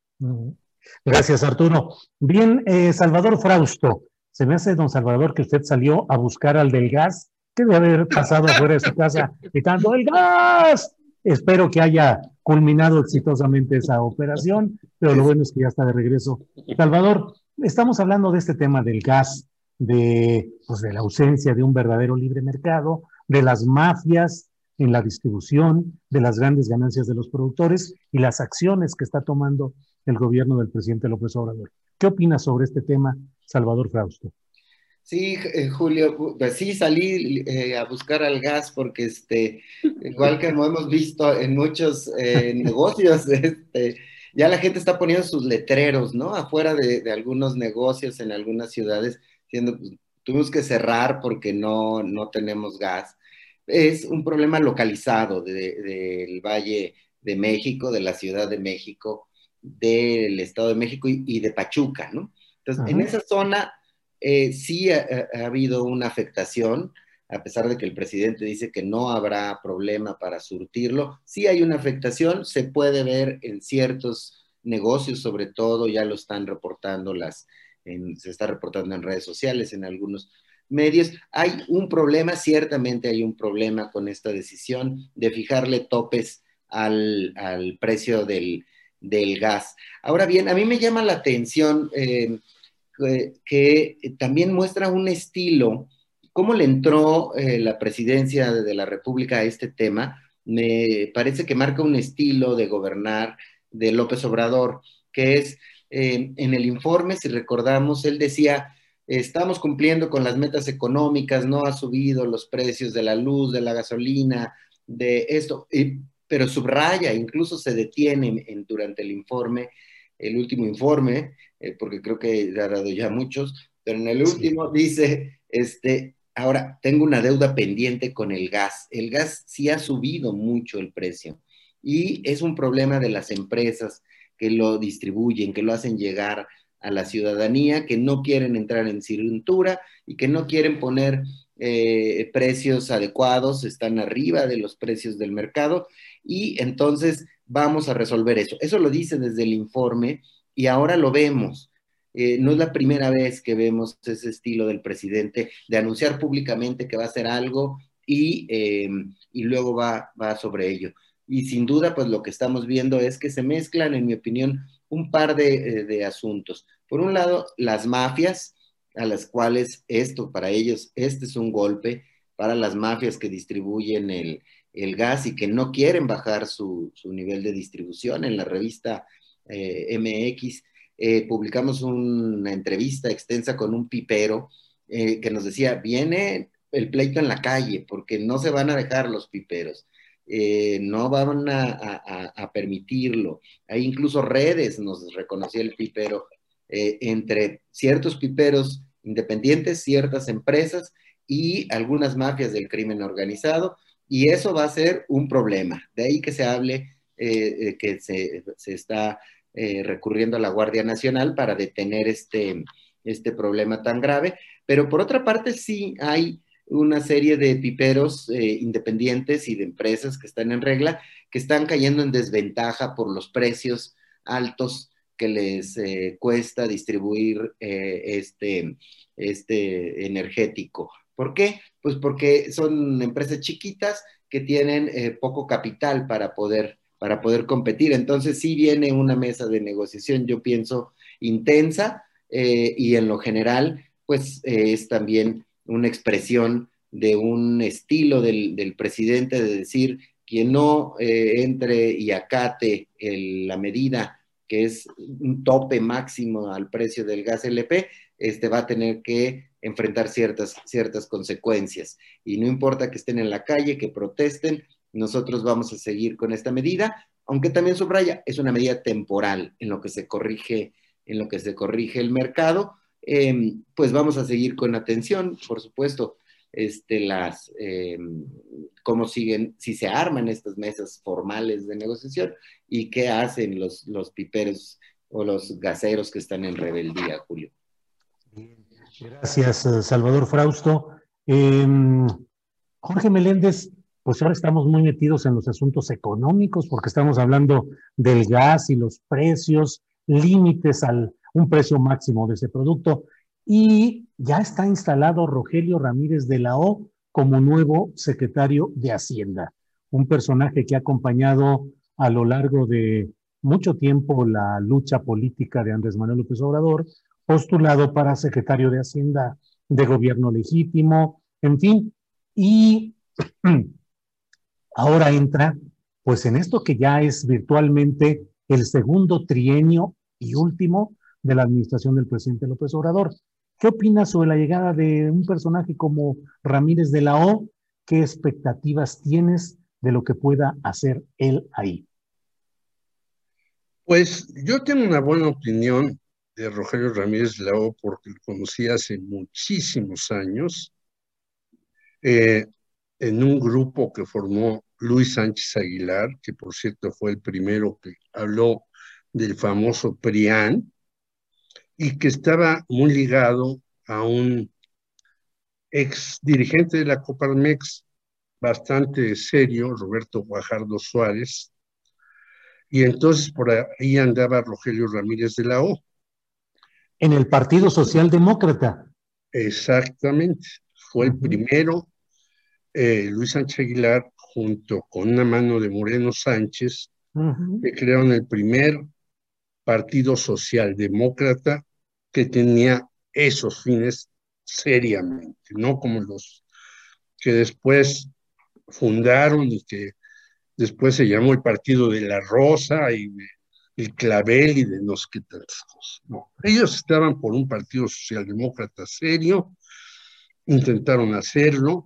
Gracias, Arturo. Bien, eh, Salvador Frausto, se me hace, don Salvador, que usted salió a buscar al del gas, que debe haber pasado afuera de su casa gritando ¡el gas! Espero que haya culminado exitosamente esa operación, pero lo bueno es que ya está de regreso. Salvador, estamos hablando de este tema del gas, de, pues, de la ausencia de un verdadero libre mercado, de las mafias en la distribución, de las grandes ganancias de los productores y las acciones que está tomando el gobierno del presidente López Obrador. ¿Qué opinas sobre este tema, Salvador Frausto? Sí, eh, Julio, pues sí, salí eh, a buscar al gas porque, este, igual que como hemos visto en muchos eh, negocios, este, ya la gente está poniendo sus letreros, ¿no? Afuera de, de algunos negocios en algunas ciudades, diciendo, pues, tuvimos que cerrar porque no, no tenemos gas. Es un problema localizado de, de, del Valle de México, de la Ciudad de México, del Estado de México y, y de Pachuca, ¿no? Entonces, uh-huh. en esa zona... Eh, sí ha, ha habido una afectación, a pesar de que el presidente dice que no habrá problema para surtirlo, sí hay una afectación, se puede ver en ciertos negocios, sobre todo ya lo están reportando las, en, se está reportando en redes sociales, en algunos medios. Hay un problema, ciertamente hay un problema con esta decisión de fijarle topes al, al precio del, del gas. Ahora bien, a mí me llama la atención... Eh, Que, que también muestra un estilo, cómo le entró eh, la presidencia de la República a este tema. Me parece que marca un estilo de gobernar de López Obrador, que es, eh, en el informe, si recordamos, él decía, estamos cumpliendo con las metas económicas, no ha subido los precios de la luz, de la gasolina, de esto, y, pero subraya, incluso se detiene en, en, durante el informe, el último informe, eh, porque creo que ha dado ya muchos, pero en el último sí. dice, este, ahora tengo una deuda pendiente con el gas. El gas sí ha subido mucho el precio y es un problema de las empresas que lo distribuyen, que lo hacen llegar a la ciudadanía, que no quieren entrar en cintura y que no quieren poner eh, precios adecuados, están arriba de los precios del mercado, y entonces vamos a resolver eso. Eso lo dice desde el informe y ahora lo vemos. Eh, no es la primera vez que vemos ese estilo del presidente de anunciar públicamente que va a hacer algo y, eh, y luego va, va sobre ello. Y sin duda, pues lo que estamos viendo es que se mezclan, en mi opinión, un par de, de asuntos. Por un lado, las mafias, a las cuales esto, para ellos, este es un golpe para las mafias que distribuyen el, el gas y que no quieren bajar su, su nivel de distribución. En la revista eh, M X eh, publicamos una entrevista extensa con un pipero eh, que nos decía, viene el pleito en la calle porque no se van a dejar los piperos. Eh, no van a, a, a permitirlo. Hay incluso redes, nos reconocía el pipero, eh, entre ciertos piperos independientes, ciertas empresas y algunas mafias del crimen organizado, y eso va a ser un problema. De ahí que se hable eh, que se, se está eh, recurriendo a la Guardia Nacional para detener este, este problema tan grave, pero por otra parte sí hay una serie de piperos eh, independientes y de empresas que están en regla, que están cayendo en desventaja por los precios altos que les eh, cuesta distribuir eh, este, este energético. ¿Por qué? Pues porque son empresas chiquitas que tienen eh, poco capital para poder, para poder competir. Entonces sí viene una mesa de negociación, yo pienso, intensa, eh, y en lo general, pues eh, es también una expresión de un estilo del, del presidente de decir, quien no eh, entre y acate el, la medida que es un tope máximo al precio del gas L P, este va a tener que enfrentar ciertas, ciertas consecuencias. Y no importa que estén en la calle, que protesten, nosotros vamos a seguir con esta medida, aunque también subraya, es una medida temporal en lo que se corrige, en lo que se corrige el mercado. Eh, pues vamos a seguir con atención, por supuesto, este, las, eh, cómo siguen, si se arman estas mesas formales de negociación y qué hacen los, los piperos o los gaseros que están en rebeldía, Julio. Gracias, Salvador Frausto. Eh, Jorge Meléndez, pues ahora estamos muy metidos en los asuntos económicos porque estamos hablando del gas y los precios, límites al un precio máximo de ese producto, y ya está instalado Rogelio Ramírez de la O como nuevo secretario de Hacienda, un personaje que ha acompañado a lo largo de mucho tiempo la lucha política de Andrés Manuel López Obrador, postulado para secretario de Hacienda de gobierno legítimo, en fin, y ahora entra pues en esto que ya es virtualmente el segundo trienio y último de la administración del presidente López Obrador. ¿Qué opinas sobre la llegada de un personaje como Ramírez de la O? ¿Qué expectativas tienes de lo que pueda hacer él ahí? Pues yo tengo una buena opinión de Rogelio Ramírez de la O porque lo conocí hace muchísimos años eh, en un grupo que formó Luis Sánchez Aguilar, que por cierto fue el primero que habló del famoso PRIAN, y que estaba muy ligado a un ex dirigente de la Coparmex bastante serio, Roberto Guajardo Suárez, y entonces por ahí andaba Rogelio Ramírez de la O. En el Partido Socialdemócrata. Exactamente, fue uh-huh. el primero, eh, Luis Sánchez Aguilar, junto con una mano de Moreno Sánchez, uh-huh. que crearon el primer Partido Socialdemócrata que tenía esos fines seriamente, no como los que después fundaron y que después se llamó el Partido de la Rosa y el clavel y de no sé qué tantas cosas. No, ellos estaban por un partido socialdemócrata serio, intentaron hacerlo,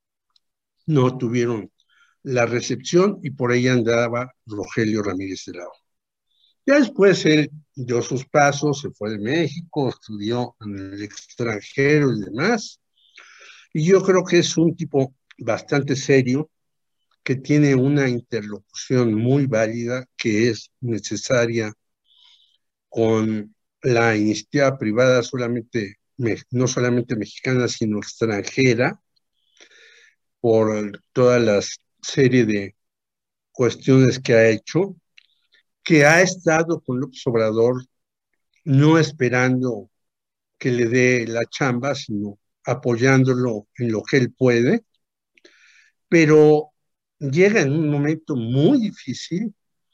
no tuvieron la recepción y por ahí andaba Rogelio Ramírez de la O. Ya después él dio sus pasos, se fue de México, estudió en el extranjero y demás, y yo creo que es un tipo bastante serio, que tiene una interlocución muy válida, que es necesaria con la iniciativa privada, solamente, no solamente mexicana, sino extranjera, por toda la serie de cuestiones que ha hecho, que ha estado con López Obrador, no esperando que le dé la chamba, sino apoyándolo en lo que él puede, pero llega en un momento muy difícil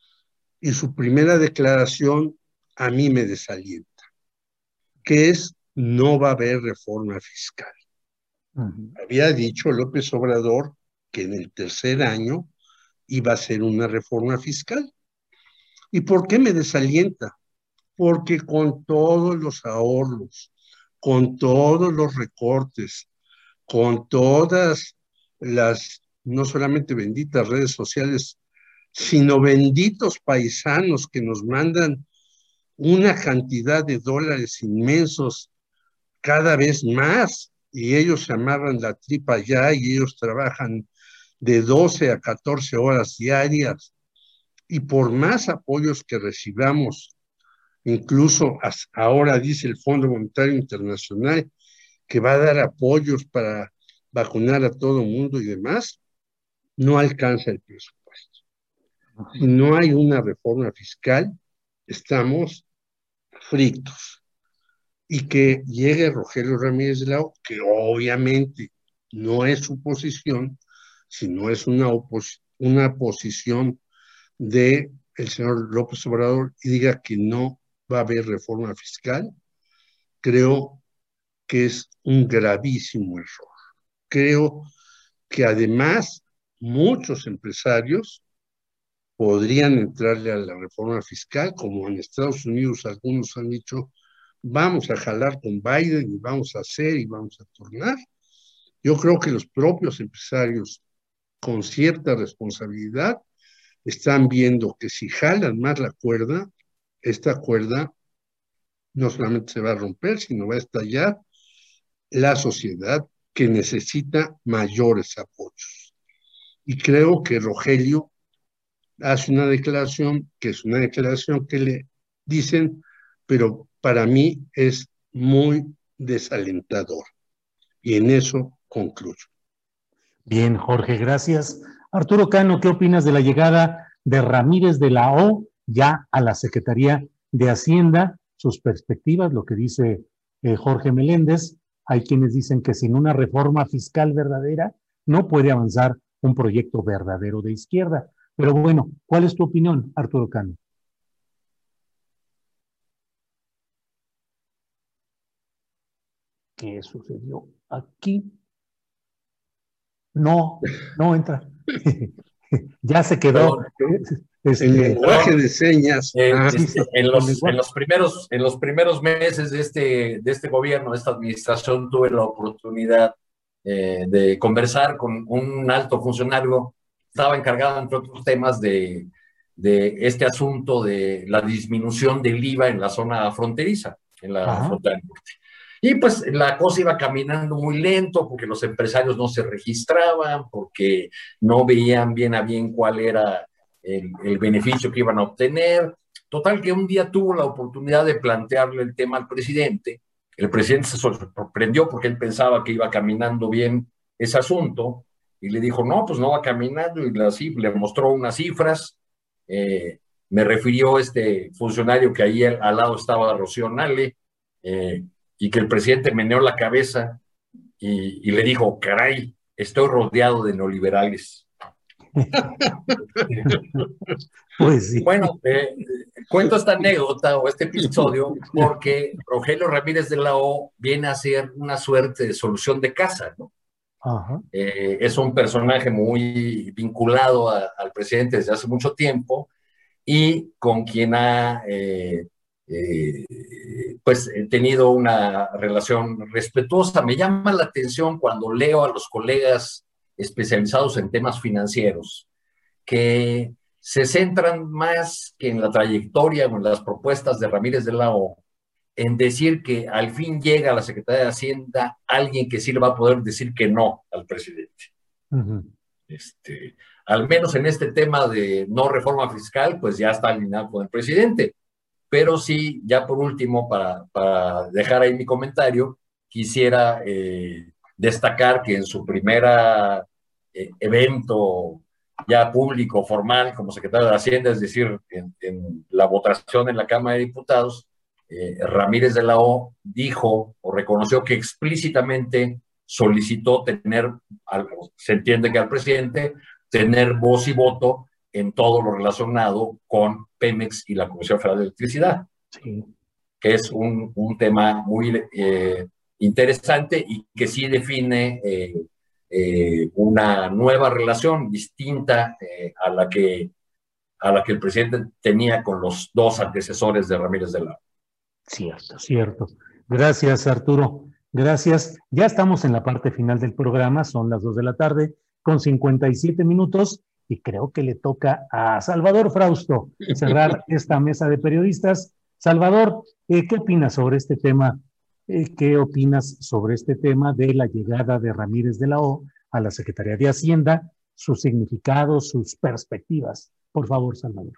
y su primera declaración a mí me desalienta, que es: no va a haber reforma fiscal. Uh-huh. Había dicho López Obrador que en el tercer año iba a ser una reforma fiscal. ¿Y por qué me desalienta? Porque con todos los ahorros, con todos los recortes, con todas las, no solamente benditas redes sociales, sino benditos paisanos que nos mandan una cantidad de dólares inmensos cada vez más, y ellos se amarran la tripa ya y ellos trabajan de doce a catorce horas diarias, y por más apoyos que recibamos, incluso ahora dice el Fondo Monetario Internacional que va a dar apoyos para vacunar a todo el mundo y demás, no alcanza el presupuesto. Si no hay una reforma fiscal, estamos fritos. Y que llegue Rogelio Ramírez de la O, que obviamente no es su posición, sino es una, opos- una posición del señor López Obrador, y diga que no va a haber reforma fiscal, creo que es un gravísimo error. Creo que además muchos empresarios podrían entrarle a la reforma fiscal, como en Estados Unidos algunos han dicho: vamos a jalar con Biden y vamos a hacer y vamos a tornar. Yo creo que los propios empresarios, con cierta responsabilidad, están viendo que si jalan más la cuerda, esta cuerda no solamente se va a romper, sino va a estallar la sociedad, que necesita mayores apoyos. Y creo que Rogelio hace una declaración, que es una declaración que le dicen, pero para mí es muy desalentador. Y en eso concluyo. Bien, Jorge, gracias. Arturo Cano, ¿qué opinas de la llegada de Ramírez de la O ya a la Secretaría de Hacienda? Sus perspectivas, lo que dice eh, Jorge Meléndez. Hay quienes dicen que sin una reforma fiscal verdadera no puede avanzar un proyecto verdadero de izquierda. Pero bueno, ¿cuál es tu opinión, Arturo Cano? ¿Qué sucedió aquí? No, no entra. Ya se quedó. Este, el lenguaje de señas. Eh, ah, este, en, los, en, los primeros, en los primeros meses de este, de este gobierno, de esta administración, tuve la oportunidad eh, de conversar con un alto funcionario. Estaba encargado, entre otros temas, de, de este asunto de la disminución del I V A en la zona fronteriza, en la Ajá. frontera norte. Y pues la cosa iba caminando muy lento porque los empresarios no se registraban, porque no veían bien a bien cuál era el, el beneficio que iban a obtener. Total que un día tuvo la oportunidad de plantearle el tema al presidente. El presidente se sorprendió porque él pensaba que iba caminando bien ese asunto y le dijo, no, pues no va caminando, y así le mostró unas cifras. Eh, me refirió este funcionario que ahí al, al lado estaba Rocío Nale, eh, y que el presidente meneó la cabeza y, y le dijo, caray, estoy rodeado de neoliberales. Pues sí. Bueno, eh, cuento esta anécdota o este episodio porque Rogelio Ramírez de la O viene a ser una suerte de solución de casa, ¿no? Ajá. Eh, es un personaje muy vinculado a, al presidente desde hace mucho tiempo, y con quien ha eh, eh, pues tenido una relación respetuosa. Me llama la atención cuando leo a los colegas especializados en temas financieros que se centran más que en la trayectoria o en las propuestas de Ramírez de la O, en decir que al fin llega a la Secretaría de Hacienda alguien que sí le va a poder decir que no al presidente. Uh-huh. Este, al menos en este tema de no reforma fiscal, pues ya está alineado con el presidente. Pero sí, ya por último, para, para dejar ahí mi comentario, quisiera eh, destacar que en su primera eh, evento ya público, formal, como secretario de Hacienda, es decir, en, en la votación en la Cámara de Diputados, eh, Ramírez de la O dijo o reconoció que explícitamente solicitó tener, se entiende que al presidente, tener voz y voto en todo lo relacionado con Pemex y la Comisión Federal de Electricidad, sí. Que es un, un tema muy eh, interesante y que sí define eh, eh, una nueva relación distinta eh, a, la que, a la que el presidente tenía con los dos antecesores de Ramírez de la O. Cierto, cierto. Gracias, Arturo. Gracias. Ya estamos en la parte final del programa, son las dos de la tarde con cincuenta y siete minutos. Y creo que le toca a Salvador Frausto cerrar esta mesa de periodistas. Salvador, eh, ¿qué opinas sobre este tema? Eh, ¿Qué opinas sobre este tema de la llegada de Ramírez de la O a la Secretaría de Hacienda? Sus significados, sus perspectivas. Por favor, Salvador.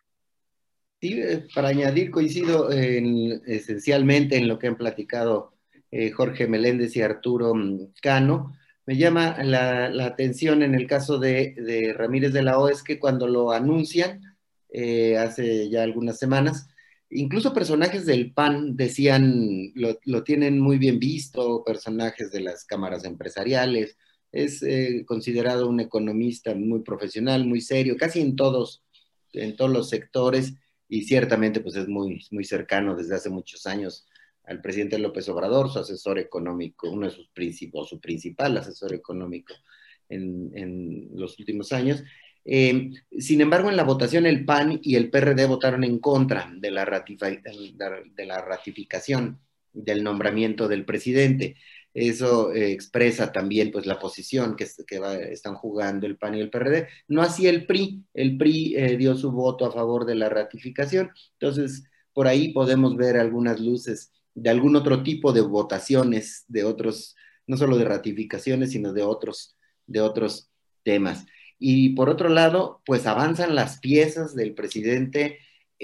Sí, para añadir, coincido en, esencialmente en lo que han platicado eh, Jorge Meléndez y Arturo Cano. Me llama la, la atención en el caso de, de Ramírez de la O es que cuando lo anuncian eh, hace ya algunas semanas, incluso personajes del P A N decían, lo, lo tienen muy bien visto, personajes de las cámaras empresariales, es eh, considerado un economista muy profesional, muy serio, casi en todos, en todos los sectores, y ciertamente pues es muy, muy cercano desde hace muchos años al presidente López Obrador, su asesor económico, uno de sus principales, su principal asesor económico en, en los últimos años. Eh, sin embargo, en la votación el P A N y el P R D votaron en contra de la, ratifi- de la ratificación del nombramiento del presidente. Eso eh, expresa también pues la posición que, que va, están jugando el P A N y el P R D. No así el P R I, el P R I eh, dio su voto a favor de la ratificación. Entonces, por ahí podemos ver algunas luces de algún otro tipo de votaciones, de otros, no solo de ratificaciones, sino de otros, de otros temas. Y por otro lado, pues avanzan las piezas del presidente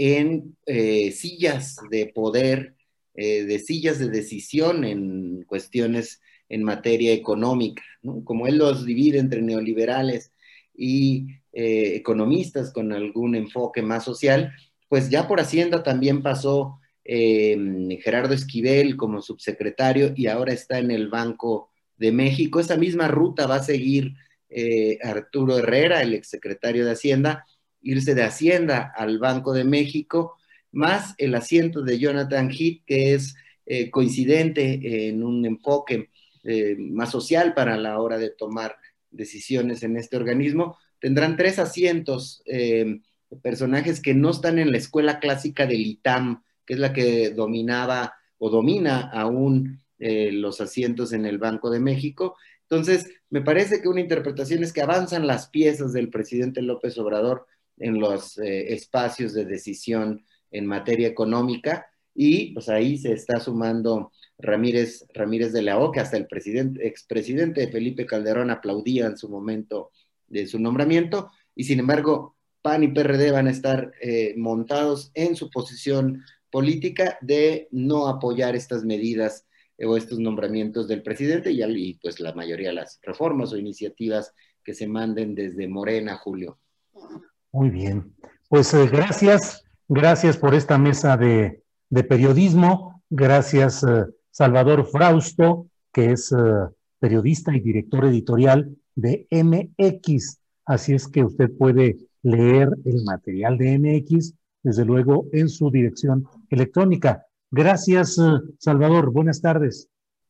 en eh, sillas de poder, eh, de sillas de decisión en cuestiones en materia económica, ¿no? Como él los divide entre neoliberales y eh, economistas con algún enfoque más social, pues ya por Hacienda también pasó Eh, Gerardo Esquivel como subsecretario y ahora está en el Banco de México. Esa misma ruta va a seguir eh, Arturo Herrera, el exsecretario de Hacienda, irse de Hacienda al Banco de México, más el asiento de Jonathan Heath, que es eh, coincidente en un enfoque eh, más social para la hora de tomar decisiones en este organismo. Tendrán tres asientos, eh, personajes que no están en la escuela clásica del I T A M, que es la que dominaba o domina aún eh, los asientos en el Banco de México. Entonces, me parece que una interpretación es que avanzan las piezas del presidente López Obrador en los eh, espacios de decisión en materia económica, y pues ahí se está sumando Ramírez, Ramírez de la O, que hasta el presidente, expresidente Felipe Calderón aplaudía en su momento de su nombramiento, y sin embargo, P A N y P R D van a estar eh, montados en su posición política de no apoyar estas medidas eh, o estos nombramientos del presidente y, y pues la mayoría de las reformas o iniciativas que se manden desde Morena, Julio. Muy bien, pues eh, gracias, gracias por esta mesa de, de periodismo, gracias eh, Salvador Frausto, que es eh, periodista y director editorial de M X, así es que usted puede leer el material de M X, desde luego, en su dirección electrónica. Gracias, Salvador. Buenas tardes.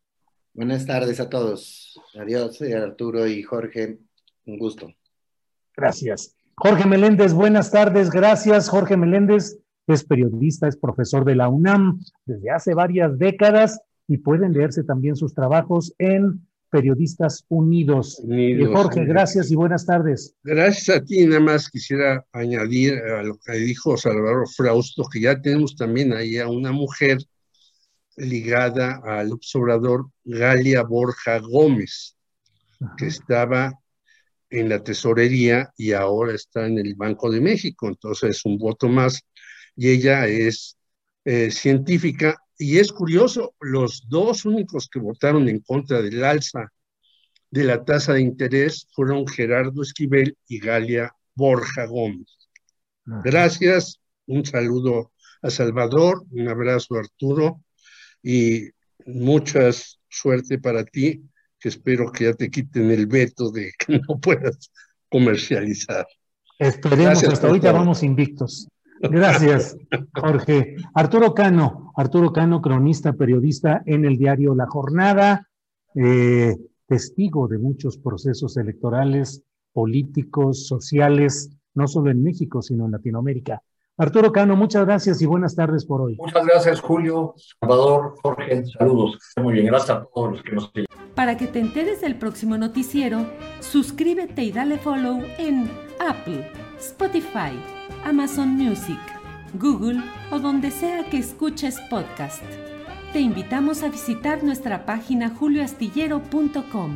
Buenas tardes a todos. Adiós, Arturo y Jorge. Un gusto. Gracias. Jorge Meléndez, buenas tardes, gracias. Jorge Meléndez es periodista, es profesor de la UNAM desde hace varias décadas y pueden leerse también sus trabajos en Periodistas Unidos. Unidos eh, Jorge, gracias y buenas tardes. Gracias a ti, nada más quisiera añadir a lo que dijo Salvador Frausto, que ya tenemos también ahí a una mujer ligada al observador, Galia Borja Gómez, Ajá. que estaba en la tesorería y ahora está en el Banco de México, entonces es un voto más, y ella es eh, científica, y es curioso, los dos únicos que votaron en contra del alza de la tasa de interés fueron Gerardo Esquivel y Galia Borja Gómez. Ajá. Gracias, un saludo a Salvador, un abrazo a Arturo, y mucha suerte para ti, que espero que ya te quiten el veto de que no puedas comercializar. Esperemos, Gracias, hasta ahorita vamos invictos. Gracias, Jorge. Arturo Cano, Arturo Cano, cronista, periodista en el diario La Jornada, eh, testigo de muchos procesos electorales, políticos, sociales, no solo en México, sino en Latinoamérica. Arturo Cano, muchas gracias y buenas tardes por hoy. Muchas gracias, Julio, Salvador, Jorge, saludos. Muy bien, gracias a todos los que nos siguen. Para que te enteres del próximo noticiero, suscríbete y dale follow en Apple, Spotify, Amazon Music, Google o donde sea que escuches podcast. Te invitamos a visitar nuestra página julio astillero punto com.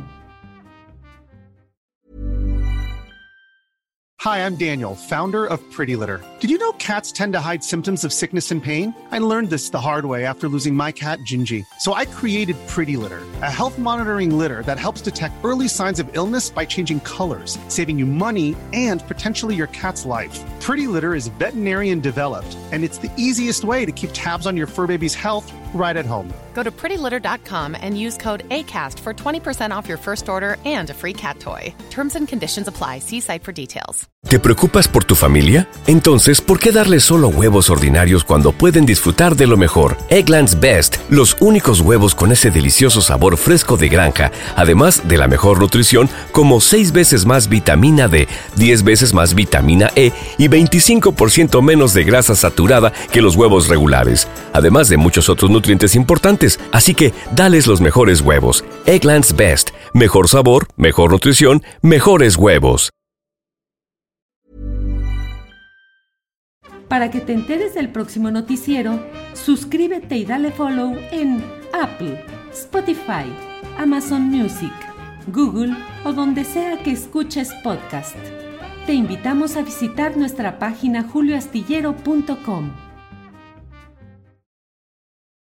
Hi, I'm Daniel, founder of Pretty Litter. Did you know cats tend to hide symptoms of sickness and pain? I learned this the hard way after losing my cat, Gingy. So I created Pretty Litter, a health monitoring litter that helps detect early signs of illness by changing colors, saving you money and potentially your cat's life. Pretty Litter is veterinarian developed, and it's the easiest way to keep tabs on your fur baby's health right at home. Go to pretty litter dot com and use code ACAST for twenty percent off your first order and a free cat toy. Terms and conditions apply. See site for details. ¿Te preocupas por tu familia? Entonces, ¿por qué darles solo huevos ordinarios cuando pueden disfrutar de lo mejor? Eggland's Best, los únicos huevos con ese delicioso sabor fresco de granja, además de la mejor nutrición, como seis veces más vitamina D, diez veces más vitamina E y veinticinco por ciento menos de grasa saturada que los huevos regulares, además de muchos otros nutrientes importantes. Así que, dales los mejores huevos. Eggland's Best, mejor sabor, mejor nutrición, mejores huevos. Para que te enteres del próximo noticiero, suscríbete y dale follow en Apple, Spotify, Amazon Music, Google o donde sea que escuches podcast. Te invitamos a visitar nuestra página julio astillero punto com.